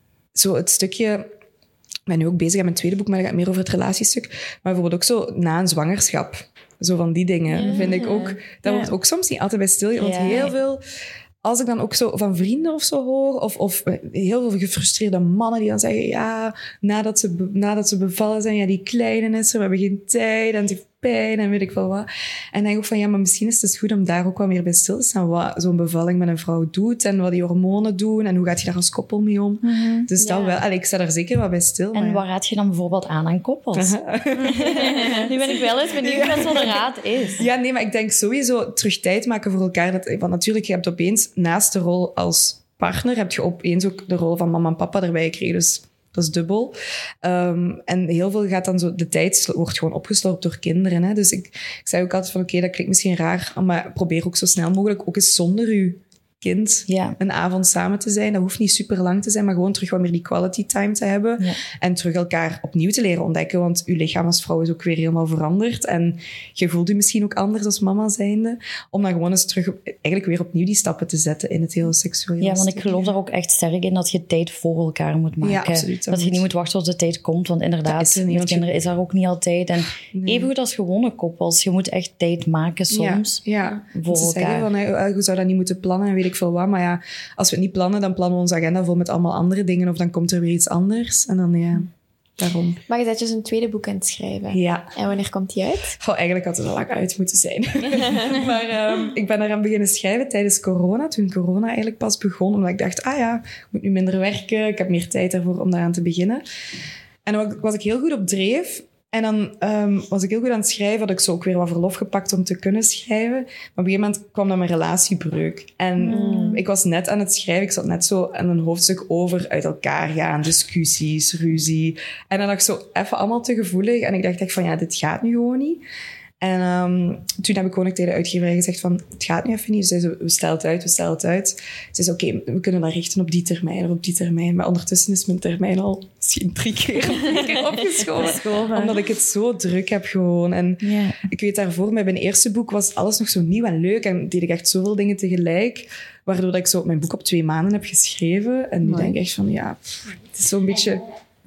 zo het stukje... Ik ben nu ook bezig aan mijn tweede boek, maar dat gaat meer over het relatiestuk. Maar bijvoorbeeld ook zo na een zwangerschap. Zo van die dingen, Ja. vind ik ook... Dat Ja. wordt ook soms niet altijd bij stil. Want Ja. heel veel... Als ik dan ook zo van vrienden of zo hoor, of, of heel veel gefrustreerde mannen die dan zeggen, ja, nadat ze, be- nadat ze bevallen zijn, ja, die kleine is er, we hebben geen tijd, en het heeft pijn en weet ik veel wat. En denk ik ook van, ja, maar misschien is het dus goed om daar ook wat meer bij stil te staan. Wat zo'n bevalling met een vrouw doet en wat die hormonen doen en hoe gaat je daar als koppel mee om. Mm-hmm. Dus dat Ja. wel. Allee, ik sta daar zeker wat bij stil. En maar waar raad je dan bijvoorbeeld aan aan koppels? Nu ben ik wel eens benieuwd wat zo'n raad is. Ja, nee, maar ik denk sowieso terug tijd maken voor elkaar. Dat, want natuurlijk, je hebt opeens naast de rol als partner, heb je opeens ook de rol van mama en papa erbij gekregen. Dus dat is dubbel. Um, en heel veel gaat dan zo... De tijd wordt gewoon opgeslorpt door kinderen. Hè? Dus ik, ik zei ook altijd van, oké, okay, dat klinkt misschien raar, maar probeer ook zo snel mogelijk, ook eens zonder u kind, ja. een avond samen te zijn. Dat hoeft niet super lang te zijn, maar gewoon terug wat meer die quality time te hebben. Ja. En terug elkaar opnieuw te leren ontdekken, want uw lichaam als vrouw is ook weer helemaal veranderd. En je voelt je misschien ook anders als mama zijnde. Om dan gewoon eens terug, eigenlijk weer opnieuw die stappen te zetten in het hele seksuele. Ja, want ik geloof daar ook echt sterk in dat je tijd voor elkaar moet maken. Ja, absoluut. Dat, dat je niet moet wachten tot de tijd komt, want inderdaad, met je... kinderen is daar ook niet altijd. En nee. Evengoed als gewone koppels, je moet echt tijd maken soms ja, ja. voor te elkaar. Zeggen van, hey, je zou dat niet moeten plannen en weet ik veel wat, maar ja, als we het niet plannen, dan plannen we onze agenda vol met allemaal andere dingen of dan komt er weer iets anders. En dan, ja, daarom. Maar je bent dus een tweede boek aan het schrijven. Ja. En wanneer komt die uit? Oh, eigenlijk had het al lang uit moeten zijn. maar um, ik ben eraan beginnen schrijven tijdens corona, toen corona eigenlijk pas begon, omdat ik dacht, ah ja, ik moet nu minder werken, ik heb meer tijd ervoor om daaraan te beginnen. En dan was ik heel goed op dreef. En dan um, was ik heel goed aan het schrijven, had ik zo ook weer wat verlof gepakt om te kunnen schrijven. Maar op een gegeven moment kwam dan mijn relatiebreuk. En mm. ik was net aan het schrijven, ik zat net zo aan een hoofdstuk over uit elkaar gaan, discussies, ruzie. En dan dacht ik zo even allemaal te gevoelig. En ik dacht echt van, ja, dit gaat nu gewoon niet. En um, toen heb ik gewoon tegen de uitgeverij gezegd van, het gaat nu even niet. Dus zei ze, we stellen het uit, we stellen het uit. Ze zei, oké, okay, we kunnen dat richten op die termijn of op die termijn. Maar ondertussen is mijn termijn al misschien drie keer, drie keer opgeschoven. Omdat ik het zo druk heb gewoon. En yeah. ik weet daarvoor, met mijn eerste boek was alles nog zo nieuw en leuk. En deed ik echt zoveel dingen tegelijk. Waardoor dat ik zo mijn boek op twee maanden heb geschreven. En nu Mooi. denk ik echt van, ja, pff, het is zo'n beetje...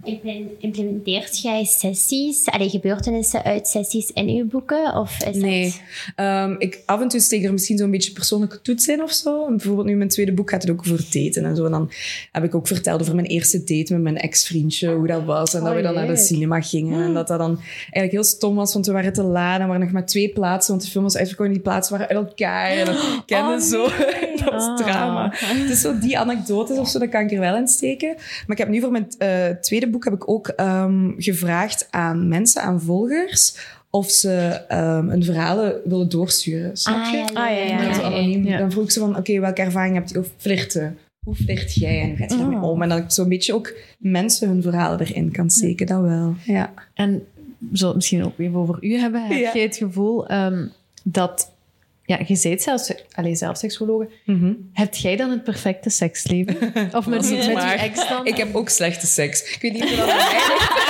Implementeert jij sessies, allee, gebeurtenissen uit sessies in uw boeken? Of is nee. Dat... Um, ik, af en toe steek er misschien zo'n beetje persoonlijke toets in of zo. En bijvoorbeeld nu in mijn tweede boek gaat het ook over daten en zo. En dan heb ik ook verteld over mijn eerste date met mijn ex-vriendje, hoe dat was. En oh, dat we dan jee. naar de cinema gingen. En dat dat dan eigenlijk heel stom was, want we waren te laat. En er waren nog maar twee plaatsen, want de film was uitverkocht en die plaatsen waren uit elkaar. En dan kenden oh, zo. Nee. Dat was drama. Oh. Dus zo die anekdotes of zo, dat kan ik er wel in steken. Maar ik heb nu voor mijn uh, tweede boek heb ik ook um, gevraagd aan mensen, aan volgers, of ze um, hun verhalen willen doorsturen. Snap je? Ah, ja, ja, ja. ja, ja, ja, ja. Dan vroeg ik ze van, oké, okay, welke ervaring heb je? Of flirten? Hoe flirt jij en hoe gaat je daarmee om? En dat ik zo'n beetje ook mensen hun verhalen erin kan steken, dat wel. Ja. En we zullen het misschien ook even over u hebben. Heb ja. je het gevoel um, dat... Ja, je bent zelfs, allez, zelf seksuologe. Mm-hmm. Heb jij dan het perfecte seksleven? Of met, met je ex dan? Ik heb ook slechte seks. Ik weet niet of dat aan mij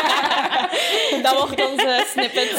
ligt. Dat wordt onze snippet.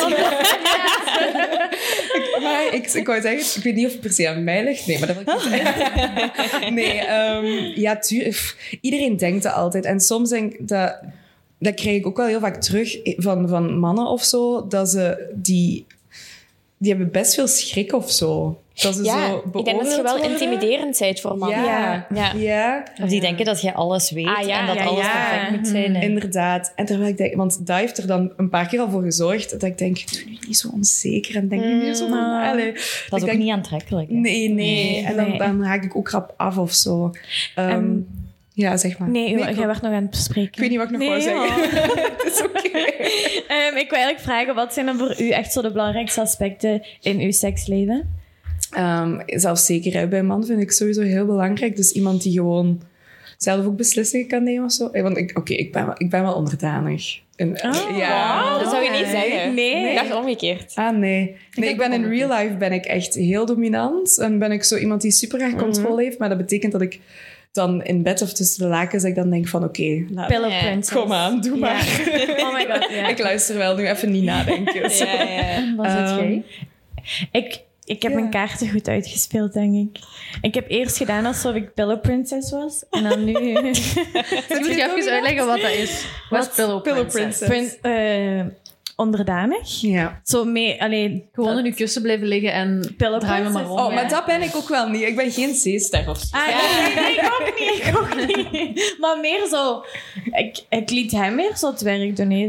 ik, maar ik, ik wou zeggen, ik weet niet of het per se aan mij ligt. Nee, maar dat wil ik niet zeggen. Nee, um, ja, tuur, iedereen denkt dat altijd. En soms denk ik dat... Dat krijg ik ook wel heel vaak terug van, van mannen of zo. Dat ze die... Die hebben best veel schrik of zo. Dat ze ja, zo ik denk dat je wel worden. intimiderend bent voor mannen. Ja, ja. ja. Of die denken dat je alles weet ah, ja, en dat ja, alles ja. perfect moet zijn. En... Inderdaad. En terwijl ik denk... Want dat heeft er dan een paar keer al voor gezorgd dat ik denk, doe nu niet zo onzeker en denk mm. niet zo van... Allee. Dat is ook denk, niet aantrekkelijk. Hè? Nee, nee. nee. En dan, nee. dan raak ik ook rap af of zo. Um, um, Ja, zeg maar. Nee, nee jij werd nog aan het bespreken. Ik weet niet wat ik nog nee, wou zeggen. Het is oké. Okay. Um, ik wil eigenlijk vragen, wat zijn dan voor u echt zo de belangrijkste aspecten in uw seksleven? Um, zelfzekerheid bij een man vind ik sowieso heel belangrijk. Dus iemand die gewoon zelf ook beslissingen kan nemen of zo. Want ik, oké, okay, ik, ben, ik ben wel onderdanig. En, oh, ja. Wow, dat zou je niet zeggen. Nee. Ik dacht omgekeerd. Ah, nee. Nee, ik ben in real life ben ik echt heel dominant. En ben ik zo iemand die super graag controle mm-hmm. heeft. Maar dat betekent dat ik dan in bed of tussen de lakens dat ik dan denk van oké, okay, Pillow yeah. Princess. Kom aan, doe yeah. maar. Oh my god, yeah. Ik luister wel, nu even niet nadenken. Ja, ja. Wat zit jij? Ik, ik heb ja. mijn kaarten goed uitgespeeld, denk ik. Ik heb eerst gedaan alsof ik Pillow Princess was. En dan nu... Je moet je even uitleggen wat dat is. Wat is Pillow Princess? Pillow Princess. Prin, uh, onderdanig. Ja. Zo mee, alleen... Gewoon dat... in je kussen blijven liggen en draai me maar rond. Oh, maar dat ben ik ook wel niet. Ik ben geen zeester of zo. Ah, ja. nee, nee, ik ook niet. Ik ook niet. Maar meer zo... Ik, ik liet hem meer zo het werk doen eerst.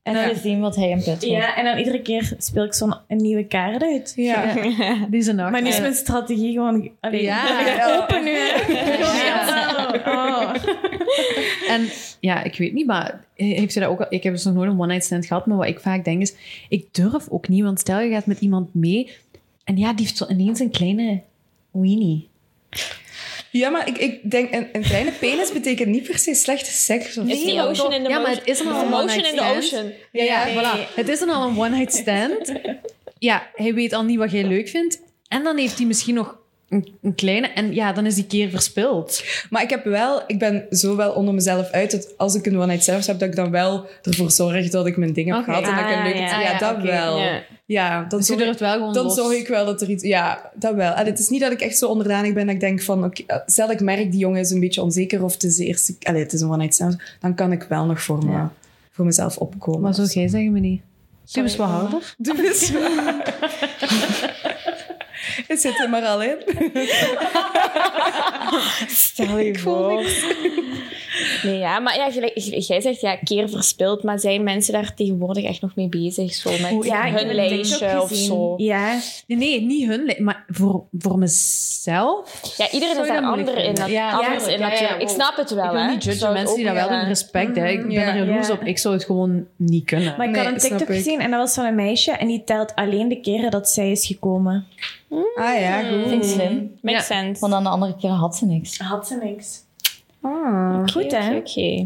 En dan zien wat hij in bed heeft. Ja, en dan iedere keer speel ik zo'n een nieuwe kaart uit. Ja. Die is een nacht. Maar nu is mijn strategie gewoon... Allee, Ja. open nu. Ja. Oh. En ja, ik weet niet, maar heeft ze dat ook al... Ik heb dus nog nooit een one-night stand gehad, maar wat ik vaak denk is, ik durf ook niet, want stel je gaat met iemand mee en ja, die heeft zo ineens een kleine weenie. Ja, maar ik, ik denk, een, een kleine penis betekent niet per se slechte seks. Of It's zo. the ocean in the Ja, maar motion. het is dan al een Motion one-night in the stand. ocean. Ja, ja, Nee. voilà. Het is dan al een one-night stand. Ja, hij weet al niet wat jij leuk vindt. En dan heeft hij misschien nog een, een kleine... En ja, dan is die keer verspild. Maar ik heb wel, ik ben zo wel onder mezelf uit dat als ik een one-night stand heb, dat ik dan wel ervoor zorg dat ik mijn ding heb Oké. gehad. En dat ik een Ah, leuke... ja. Ja, Ah, ja, dat oké. wel. Ja. Ja, dan Dus je zorg, durft wel gewoon dan los. zorg ik wel dat er iets... Ja, dat wel. En het is niet dat ik echt zo onderdanig ben dat ik denk van... Okay, stel ik merk, die jongen is een beetje onzeker of het is de eerste... Allee, het is een one-night stand. Dan kan ik wel nog voor, me, voor mezelf opkomen. Maar zo of zo. jij zeggen me niet. Doe eens wat mama. harder. Doe eens waar. Het zit er maar al in. Stel je voor. Nee, ja, maar ja, gelijk, jij zegt ja, keer verspild, maar zijn mensen daar tegenwoordig echt nog mee bezig? Zo met Ja, ik heb hun een lijstje TikTok of gezien. zo. Ja. Nee, nee, niet hun, li- maar voor, voor mezelf. Ja, iedereen Zou is je daar dat moeilijk ander in, vinden? nat- Ja, anders tuurlijk. in Ja, ja, natuurlijk. ja, Ik snap het wel, Ik wil hè. niet Ik judgen zou het mensen die ook dat wel willen. doen. Respect, hè. Ik ben Ja. er jaloers Ja. op. Ik zou het gewoon niet kunnen. Maar ik Nee, had een snap TikTok ik. gezien en dat was van een meisje en die telt alleen de keren dat zij is gekomen. Ah ja, goed. Vind ik slim. Makes Ja. sense. Want dan de andere keer had ze niks. Had ze niks. Ah. Goed, hè? Oké, oké.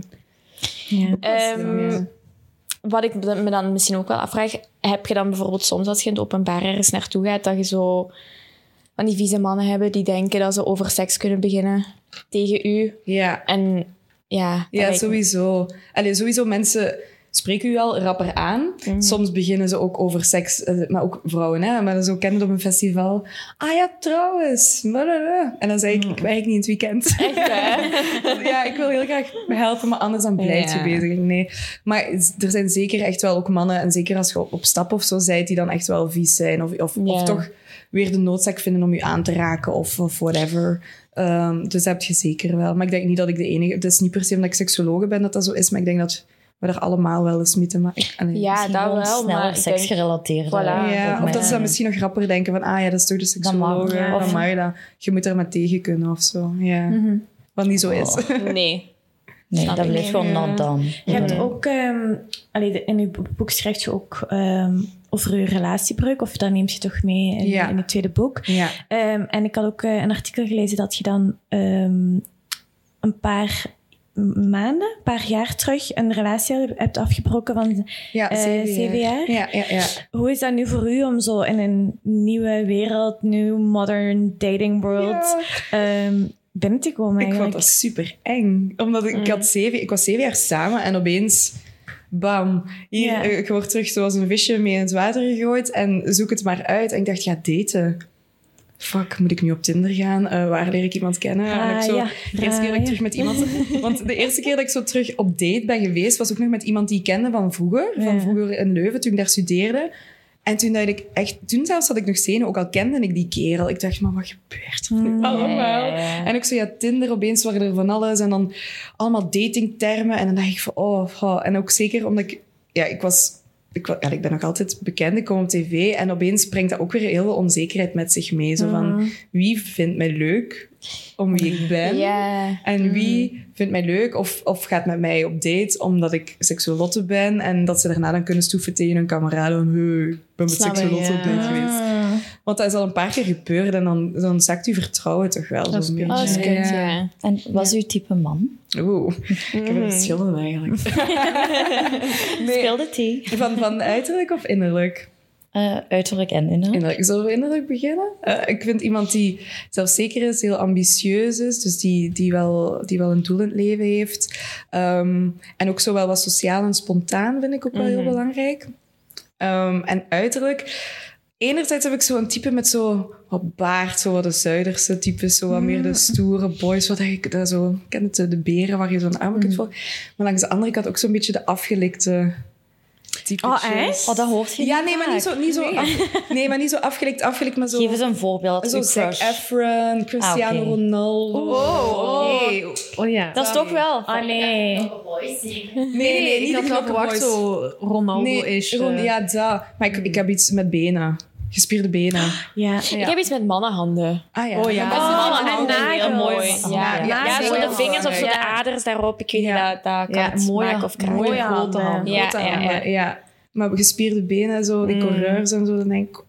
Ja. Ehm, Ja. Wat ik me dan misschien ook wel afvraag, heb je dan bijvoorbeeld soms als je in het openbaar ergens naartoe gaat, dat je zo van die vieze mannen hebben die denken dat ze over seks kunnen beginnen tegen u? Ja. En ja... dat Ja, lijkt me- sowieso. Allee, sowieso, mensen spreken u al rapper aan. Mhm. Soms beginnen ze ook over seks, eh, maar ook vrouwen, hè. Maar zo kennen het op een festival. Ah ja, trouwens. Blablabla. En dan zeg ik, ik werk niet in het weekend. Echt, hè? Ja, ik wil heel graag helpen, maar anders dan blijf je Ja. bezig. Nee. Maar er zijn zeker echt wel ook mannen, en zeker als je op, op stap of zo zijt, die dan echt wel vies zijn. Of, of, Ja. of toch weer de noodzaak vinden om je aan te raken of, of whatever. Um, dus dat heb je zeker wel. Maar ik denk niet dat ik de enige... Het is niet per se omdat ik seksologe ben dat dat zo is, maar ik denk dat we er allemaal wel eens moeten. Maar ik, allee, Ja, Misschien dat gewoon wel, sneller maar ik seks denk- gerelateerd. Voilà. ja, of dat ze dan misschien nog rapper denken van, ah ja, dat is toch de seksologe, mag, ja. dan mag je dat. Je moet er maar tegen kunnen of zo. Ja. Wat niet zo is. Nee. Nee, Snap dat ik. blijft gewoon nat dan. Je hebt ook... ehm allee, de- in je boek schrijf je ook ehm, over je relatiebreuk. Of dat neemt je toch mee in, Ja. in het tweede boek. Ja. Ehm, en ik had ook eh, een artikel gelezen dat je dan ehm, een paar maanden, een paar jaar terug een relatie hebt afgebroken van Ja, eh, zeven zeven jaar. Ja, ja, ja. Hoe is dat nu voor u om zo in een nieuwe wereld, nieuw modern dating world ehm, binnen te komen Ik vond eigenlijk? dat super eng. Omdat ik, ik, had zeven, ik was zeven jaar samen en opeens... Bam. Hier, Ja. eh, je wordt terug zoals een visje mee in het water gegooid en zoek het maar uit. En ik dacht, ga daten. Fuck, moet ik nu op Tinder gaan? Uh, waar leer ik iemand kennen? Ah, en ik zo, ja. de eerste keer dat ik terug met iemand... Want de eerste keer dat ik zo terug op date ben geweest, was ook nog met iemand die ik kende van vroeger. Van Ja. vroeger in Leuven, toen ik daar studeerde. En toen dacht ik echt... Toen zelfs had ik nog zenuwen, ook al kende ik die kerel. Ik dacht, maar wat gebeurt er nu allemaal? En ook zo, ja, Tinder, opeens waren er van alles. En dan allemaal datingtermen. En dan dacht ik van, oh, oh. En ook zeker omdat ik... Ja, ik was... Ik, wa- ja, ik ben nog altijd bekend, ik kom op tv en opeens brengt dat ook weer heel veel onzekerheid met zich mee. Zo van, wie vindt mij leuk om wie ik ben? Ja. En wie vindt mij leuk of, of gaat met mij op date omdat ik seksuolotte ben en dat ze daarna dan kunnen stoeven tegen hun kameraden van, hey, ik ben met Snap ik, seksuolotte op ja. date geweest. Want dat is al een paar keer gebeurd en dan, dan zakt je vertrouwen toch wel Dat is zo'n kut. beetje. Oh, dat is kut, ja. En was uw type man? Oeh, ik heb er verschillende eigenlijk. Nee, Speelde die? van, van uiterlijk of innerlijk? Uh, uiterlijk en innerlijk. Innerlijk. Zullen we innerlijk beginnen? Uh, ik vind iemand die zelfzeker is, heel ambitieus is, dus die, die, wel, die wel een doel in het leven heeft. Um, en ook zo wel wat sociaal en spontaan vind ik ook wel heel belangrijk. Um, en uiterlijk... Enerzijds heb ik zo'n type met zo wat baard, zo wat de Zuiderse types, zo wat meer de stoere boys, wat ik dat zo... Ik ken het, de beren waar je zo'n arm kunt volgen. Maar langs de andere kant ook zo'n beetje de afgelikte typetjes. Oh, echt? Oh, dat hoort je Ja, niet nee, maar vaak. niet zo, niet zo, af, nee, maar niet zo afgelikt, afgelikt, maar zo... Geef eens een voorbeeld. Zo uw Zac crush. Efron, Cristiano Ah, oké. Ronaldo. Oh, Oké, Oh ja. Dat is toch wel... Oh nee. Nee, nee, nee, niet ik had de wel Glockenboys. verwacht zo Ronaldo-ish. Nee, Ron- eh. ja, dat. Maar ik, ik heb iets met benen. Gespierde benen. Ja. Ik heb iets met mannenhanden. Ah ja. Oh ja. Maar Oh, best wel en nagels. heel mooi. Ja, Ja, ja, ja, zo heel de vingers of zo de Ja. aders daarop. Ik weet niet, Ja. dat, dat kan Ja, het mooie, maken of kraken. mooie Mooie grote handen. handen. Ja, Grote ja, handen, ja. ja. Maar gespierde benen, zo, de coureurs en zo, dan denk ik...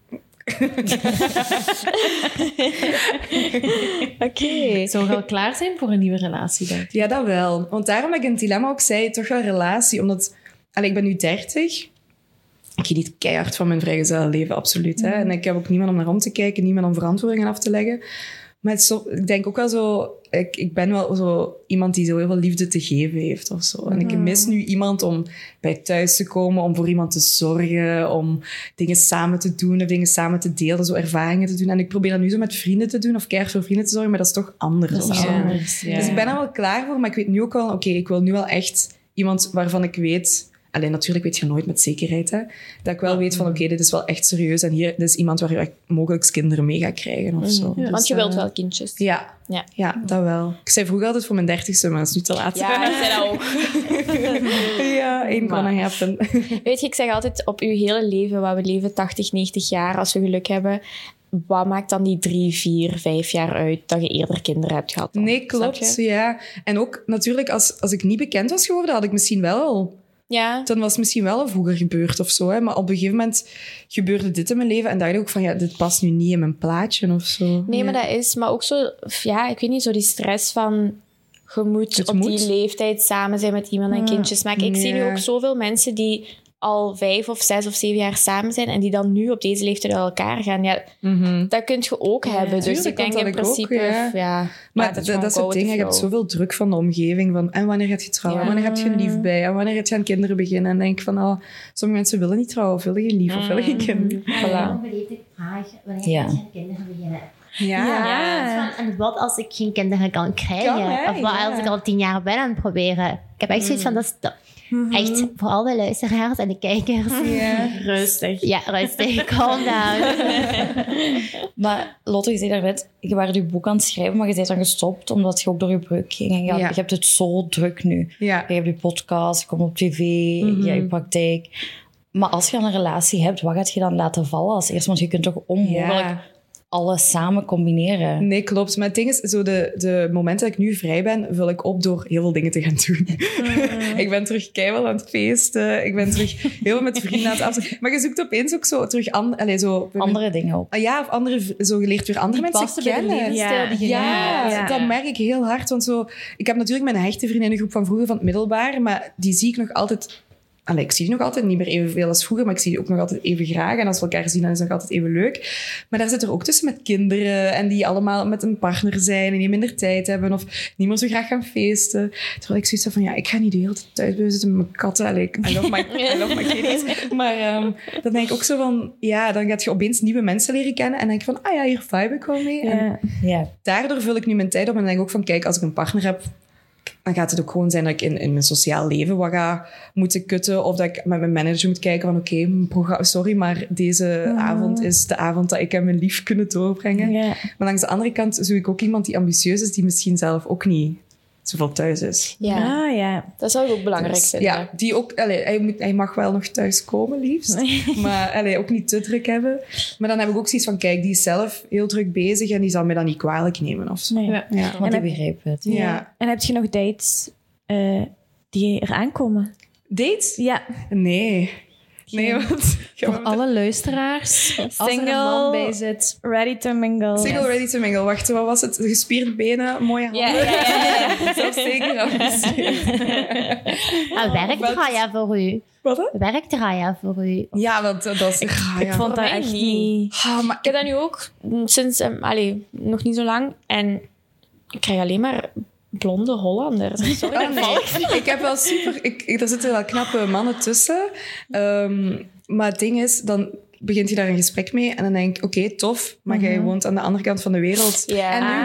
Oké. Zou je al klaar zijn voor een nieuwe relatie, denk ik? Ja, dat wel. Want daarom dat ik in het dilemma ook zei, toch wel relatie. Omdat, allee, ik ben nu dertig. Ik geniet keihard van mijn vrijgezelle leven, absoluut. Hè. En ik heb ook niemand om naar om te kijken, niemand om verantwoordingen af te leggen. Maar het is zo, ik denk ook wel zo... Ik, ik ben wel zo iemand die zo heel veel liefde te geven heeft of zo. En ik mis nu iemand om bij thuis te komen, om voor iemand te zorgen, om dingen samen te doen of dingen samen te delen, zo ervaringen te doen. En ik probeer dat nu zo met vrienden te doen of keihard voor vrienden te zorgen, maar dat is toch anders. of zo. anders, ja. Dus ik ben er wel klaar voor, maar ik weet nu ook wel... Oké, ik wil nu wel echt iemand waarvan ik weet... Alleen natuurlijk weet je nooit met zekerheid, hè. Dat ik wel weet van, oké, dit is wel echt serieus. En hier dit is iemand waar je mogelijk kinderen mee gaat krijgen of zo. Dus, Want je wilt eh, wel kindjes. Ja, Ja. ja, dat wel. Ik zei vroeger altijd voor mijn dertigste, maar dat is nu te laat. Ja, ik zei dat ook. ja, ain't gonna happen. Weet je, ik zeg altijd, op uw hele leven, wat we leven tachtig, negentig jaar, als we geluk hebben, wat maakt dan die drie, vier, vijf jaar uit dat je eerder kinderen hebt gehad? Dan? Nee, klopt, Snap je? ja. En ook natuurlijk, als, als ik niet bekend was geworden, had ik misschien wel... Ja. Dan was het misschien wel vroeger gebeurd of zo. Hè? Maar op een gegeven moment gebeurde dit in mijn leven. En dacht ik ook van, ja, dit past nu niet in mijn plaatje of zo. Nee, maar dat is... Maar ook zo... Ja, ik weet niet, zo die stress van... Je moet Het op moet. die leeftijd samen zijn met iemand en kindjes maken. Ik zie nu Ja. ook zoveel mensen die al vijf of zes of zeven jaar samen zijn en die dan nu op deze leeftijd uit elkaar gaan. Ja, Mhm. dat kun je ook hebben. Dus tuurlijk, ik denk want in dat ik ook, principe... ja. ja, Maar laat dat, het dat gewoon is het go with ding. the Je hebt flow. zoveel druk van de omgeving. Van, en wanneer gaat je trouwen? Ja. En wanneer heb je een lief bij? En wanneer heb je aan kinderen beginnen? En denk ik van, oh, sommige mensen willen niet trouwen. Of willen geen lief. Of willen geen kinderen. Voilà. Een beleefde vraag. Wanneer Ja. gaat je aan kinderen beginnen? Ja. Ja. Van, en wat als ik geen kinderen kan krijgen? Kan, hè? Of wat Ja. als ik al tien jaar ben aan het proberen? Ik heb echt zoiets van, dat is dat- echt voor al de luisteraars en de kijkers. Ja. Rustig. Ja, rustig, calm down. Maar Lotte, je zei daarnet, je was je boek aan het schrijven, maar je bent dan gestopt omdat je ook door je breuk ging. En je, had- Ja. je hebt het zo druk nu. Ja. Je hebt je podcast, je komt op tv, je hebt je praktijk. Maar als je dan een relatie hebt, wat gaat je dan laten vallen als eerste? Want je kunt toch onmogelijk Ja. alles samen combineren. Nee, klopt. Maar het ding is, zo de, de momenten dat ik nu vrij ben, vul ik op door heel veel dingen te gaan doen. ik ben terug keihard aan het feesten. Ik ben terug heel veel met vrienden aan het afspreken. Maar je zoekt opeens ook zo terug an, allez, zo, Andere dingen op. Ah, ja, of andere, v- zo geleerd weer andere mensen Paste bij de kennen. levensstijl Ja. die je Ja, nu hebt. dat merk ik heel hard. Want zo, ik heb natuurlijk mijn hechte vriendinnengroep van vroeger, van het middelbaar, maar die zie ik nog altijd... Allee, ik zie die nog altijd niet meer evenveel als vroeger, maar ik zie die ook nog altijd even graag. En als we elkaar zien, dan is het nog altijd even leuk. Maar daar zit er ook tussen met kinderen en die allemaal met een partner zijn en die minder tijd hebben of niet meer zo graag gaan feesten. Terwijl ik zoiets heb van, ja, ik ga niet de hele tijd thuis blijven zitten met mijn katten. Allee, ik- I love my, I love my kitties. Maar ehm, dan denk ik ook zo van, ja, dan gaat je opeens nieuwe mensen leren kennen en denk je van, ah ja, hier vibe ik wel mee. En Ja. Ja. daardoor vul ik nu mijn tijd op en dan denk ik ook van, kijk, als ik een partner heb, dan gaat het ook gewoon zijn dat ik in, in mijn sociaal leven wat ga moeten kutten. Of dat ik met mijn manager moet kijken van, oké, mijn progra- sorry, maar deze avond is de avond dat ik en mijn lief kunnen doorbrengen. Ja. Maar langs de andere kant zoek ik ook iemand die ambitieus is, die misschien zelf ook niet zoveel thuis is. Ja, Ah, ja. dat zou ik ook belangrijk Dus, vinden. ja, die ook, allee, hij, moet, hij mag wel nog thuis komen, liefst. Maar allee, ook niet te druk hebben. Maar dan heb ik ook zoiets van, kijk, die is zelf heel druk bezig en die zal me dat niet kwalijk nemen of zo. Nee. Ja. Ja. Want En ik heb- begreep het. Ja. En heb je nog dates eh, die eraan komen? Dates? Ja. Nee. Nee, want... Voor alle luisteraars, als er een Single. man bij zit. Ready to mingle. Single ready to mingle. Wacht, wat was het? Gespierde benen, mooie handen. Ja, ja, ja, ja. Zelfzeker ambitieus. Maar werkt Wat? Raya voor u? Wat, hè? Werkt Raya voor u? Ja, want dat is... Ik, Ik vond dat mij echt niet. niet. Ah, maar Ik heb dat nu ook mm, sinds, um, allee, nog niet zo lang. En ik krijg alleen maar blonde Hollanders. Sorry, Oh, nee. Ik heb wel super... Ik, ik, er zitten wel knappe mannen tussen. Ehm, maar het ding is, dan begint je daar een gesprek mee en dan denk ik, oké, tof, maar jij woont aan de andere kant van de wereld. Ja. En nu? Ah,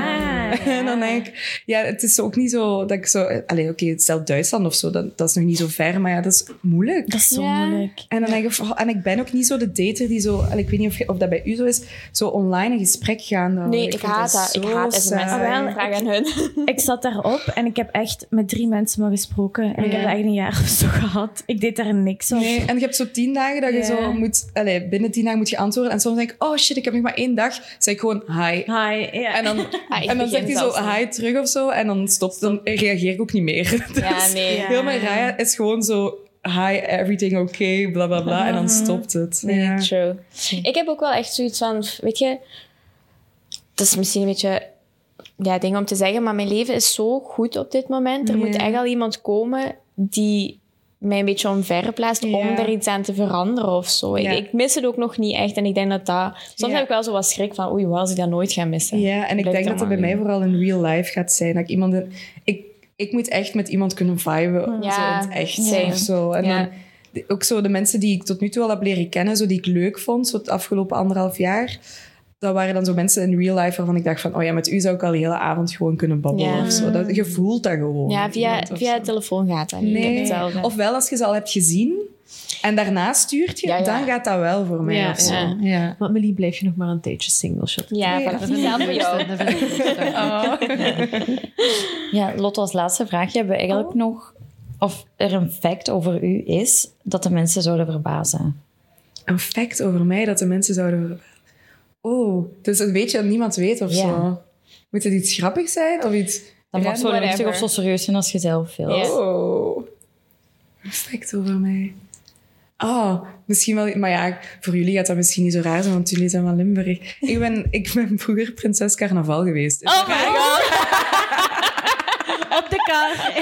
En dan denk ik, ja, het is ook niet zo dat ik zo... Allee, oké, okay, stel Duitsland of zo, dat, dat is nog niet zo ver, maar ja, dat is moeilijk. Dat is zo Ja. moeilijk. En, dan denk ik, oh, en ik ben ook niet zo de dater die zo... Allee, ik weet niet of, of dat bij u zo is, zo online een gesprek gaan. Dan. Nee, ik, vind haat dat. Ik zo haat sms'en. saai. Ah, wel, Vraag aan hun. Ik zat daarop en ik heb echt met drie mensen maar gesproken. En ik heb dat echt een jaar of zo gehad. Ik deed daar niks op. Nee, en je hebt zo tien dagen dat je Ja. zo moet... Allee, binnen tien dagen moet je antwoorden. En soms denk ik, oh shit, ik heb nog maar één dag. Zeg ik gewoon hi. Hi, ja. En dan, Ah, ik en dan begin zegt hij zo zelfs niet. hi terug of zo. En dan stopt, dan reageer ik ook niet meer. Ja, Dus nee. Ja. heel mijn Raya is gewoon zo... Hi, everything okay, bla bla bla. En dan stopt het. Nee, Ja. true. Ik heb ook wel echt zoiets van, weet je, dat is misschien een beetje ja, ding om te zeggen, maar mijn leven is zo goed op dit moment. Er Ja. moet echt al iemand komen die mij een beetje omverplaatst Ja. om er iets aan te veranderen of zo. Ja. Ik, ik mis het ook nog niet echt en ik denk dat dat... Soms Ja. heb ik wel zo wat schrik van, oei, wat als ik dat nooit ga missen? Ja, en ik Blijft denk dat het bij mij allemaal vooral in real life gaat zijn. Dat ik iemand... Ik, ik moet echt met iemand kunnen viben, Ja, zo in het echt. same. Of zo. En Ja. dan, de- ook zo de mensen die ik tot nu toe al heb leren kennen, zo die ik leuk vond, zo het afgelopen anderhalf jaar, dat waren dan zo mensen in real life waarvan ik dacht van, oh ja, met u zou ik al de hele avond gewoon kunnen babbelen Ja. of zo. Dat, je voelt dat gewoon. Ja, met via, iemand of via zo. de telefoon gaat dat niet. Nee. Hetzelfde. Ofwel, als je ze al hebt gezien en daarna stuurt je, Ja, ja. dan gaat dat wel voor mij Ja, of zo. ja. Ja. Maar Melie, blijf je nog maar een tijdje single shot. Ja, Ja. voilà. Dat vind ik Hetzelfde het voor leukste, jou. dat vind ik het leukste. Ja, Lotte, als laatste vraagje hebben we eigenlijk nog... Of er een fact over u is dat de mensen zouden verbazen. Een fact over mij dat de mensen zouden... Oh, dus een beetje dat niemand weet of Ja. zo. Moet het iets grappigs zijn of iets... Dat mag zo whatever. luchtig of zo serieus zijn als je zelf wilt. Ja. Oh, een fact over mij. Oh, misschien wel... Maar ja, voor jullie gaat dat misschien niet zo raar zijn, want jullie zijn van Limburg. Ik ben, ik ben vroeger prinses carnaval geweest. Is dat raar? Op de kar.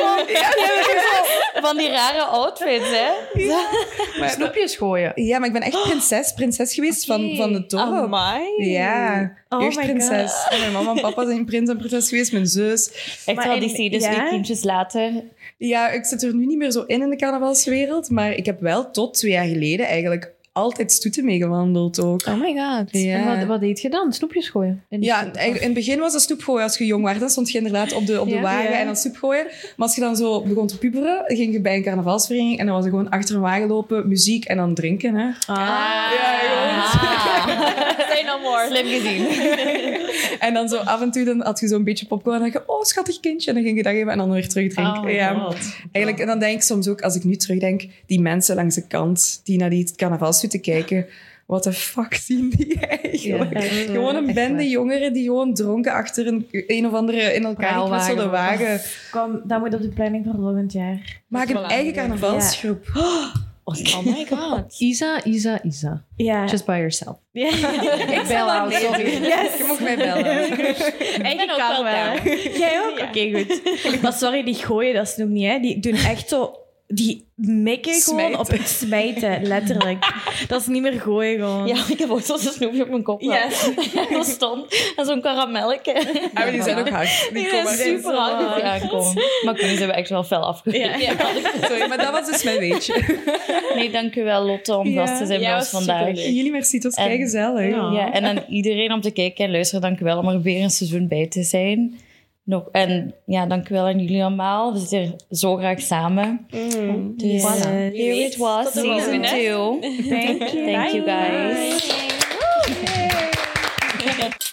Van die rare outfits, hè? Maar- Snoepjes gooien. Ja, maar ik ben echt prinses, prinses geweest van, van de dorp. Amai. Ja, Oh my jeugdprinses. En mijn mama en papa zijn prins en prinses geweest, mijn zus. Echt Maar wel in- die series, ja? die kindjes later. Ja, ik zit er nu niet meer zo in in de carnavalswereld, maar ik heb wel tot twee jaar geleden eigenlijk altijd stoeten meegewandeld ook. Oh my god. Ja. En wat, wat deed je dan? Snoepjes gooien? In die Ja, snoep- eigenlijk in het begin was dat snoep gooien. Als je jong was, dan stond je inderdaad op de, op de Ja, wagen ja. en dan snoep gooien. Maar als je dan zo begon te puberen, ging je bij een carnavalsvereniging en dan was er gewoon achter een wagen lopen, muziek en dan drinken. Hè. Ja, Say no more. Slim gezien. En dan zo af en toe dan had je zo'n beetje popcorn en dan dacht je, oh, schattig kindje. En dan ging je dat geven en dan weer terugdrinken. Oh my ja. God. Eigenlijk, en dan denk ik soms ook, als ik nu terugdenk, die mensen langs de kant die naar die carnavalsstoeten kijken, what the fuck zien die eigenlijk? Ja, echt, gewoon een echt bende waar. jongeren die gewoon dronken achter een, een of andere in elkaar Praalwagen. geknutselde wagen. Kom, dat moet op de planning voor volgend jaar. Maak een eigen carnavalsgroep. Oh my god. Isa, Isa, Isa. Ja. Just by yourself. Ja. Ik bel out, sorry. Je mag mij bellen. Eigen ook wel kar wel. Jij ook? Ja. Oké, goed. Maar sorry, die gooien dat snoep niet, hè. Die doen echt zo... Die mikken gewoon Smijten. op het smijten, letterlijk. Dat is niet meer gooien gewoon. Ja, ik heb ook zo'n snoepje op mijn kop. Ja. Dat stond. En zo'n karamelletje. Ah, maar die zijn ook hard. Die Die komen zijn super hard hard. die aankomen. Maar kunnen ze echt wel fel afgewezen. Ja. Sorry, maar dat was dus mijn weetje. Nee, dank u wel, Lotte, om Ja. vast te zijn Ja, bij ons was vandaag. superleuk. En jullie merci, het was En- kei gezellig. Ja. Ja, en aan iedereen om te kijken en luisteren, dank u wel om er weer een seizoen bij te zijn. Nog, en ja, dank u wel aan jullie allemaal. We zitten hier zo graag samen. Dus Voilà. here it was, Tot de season volgende. two. Thank you. Thank you, Bye. guys.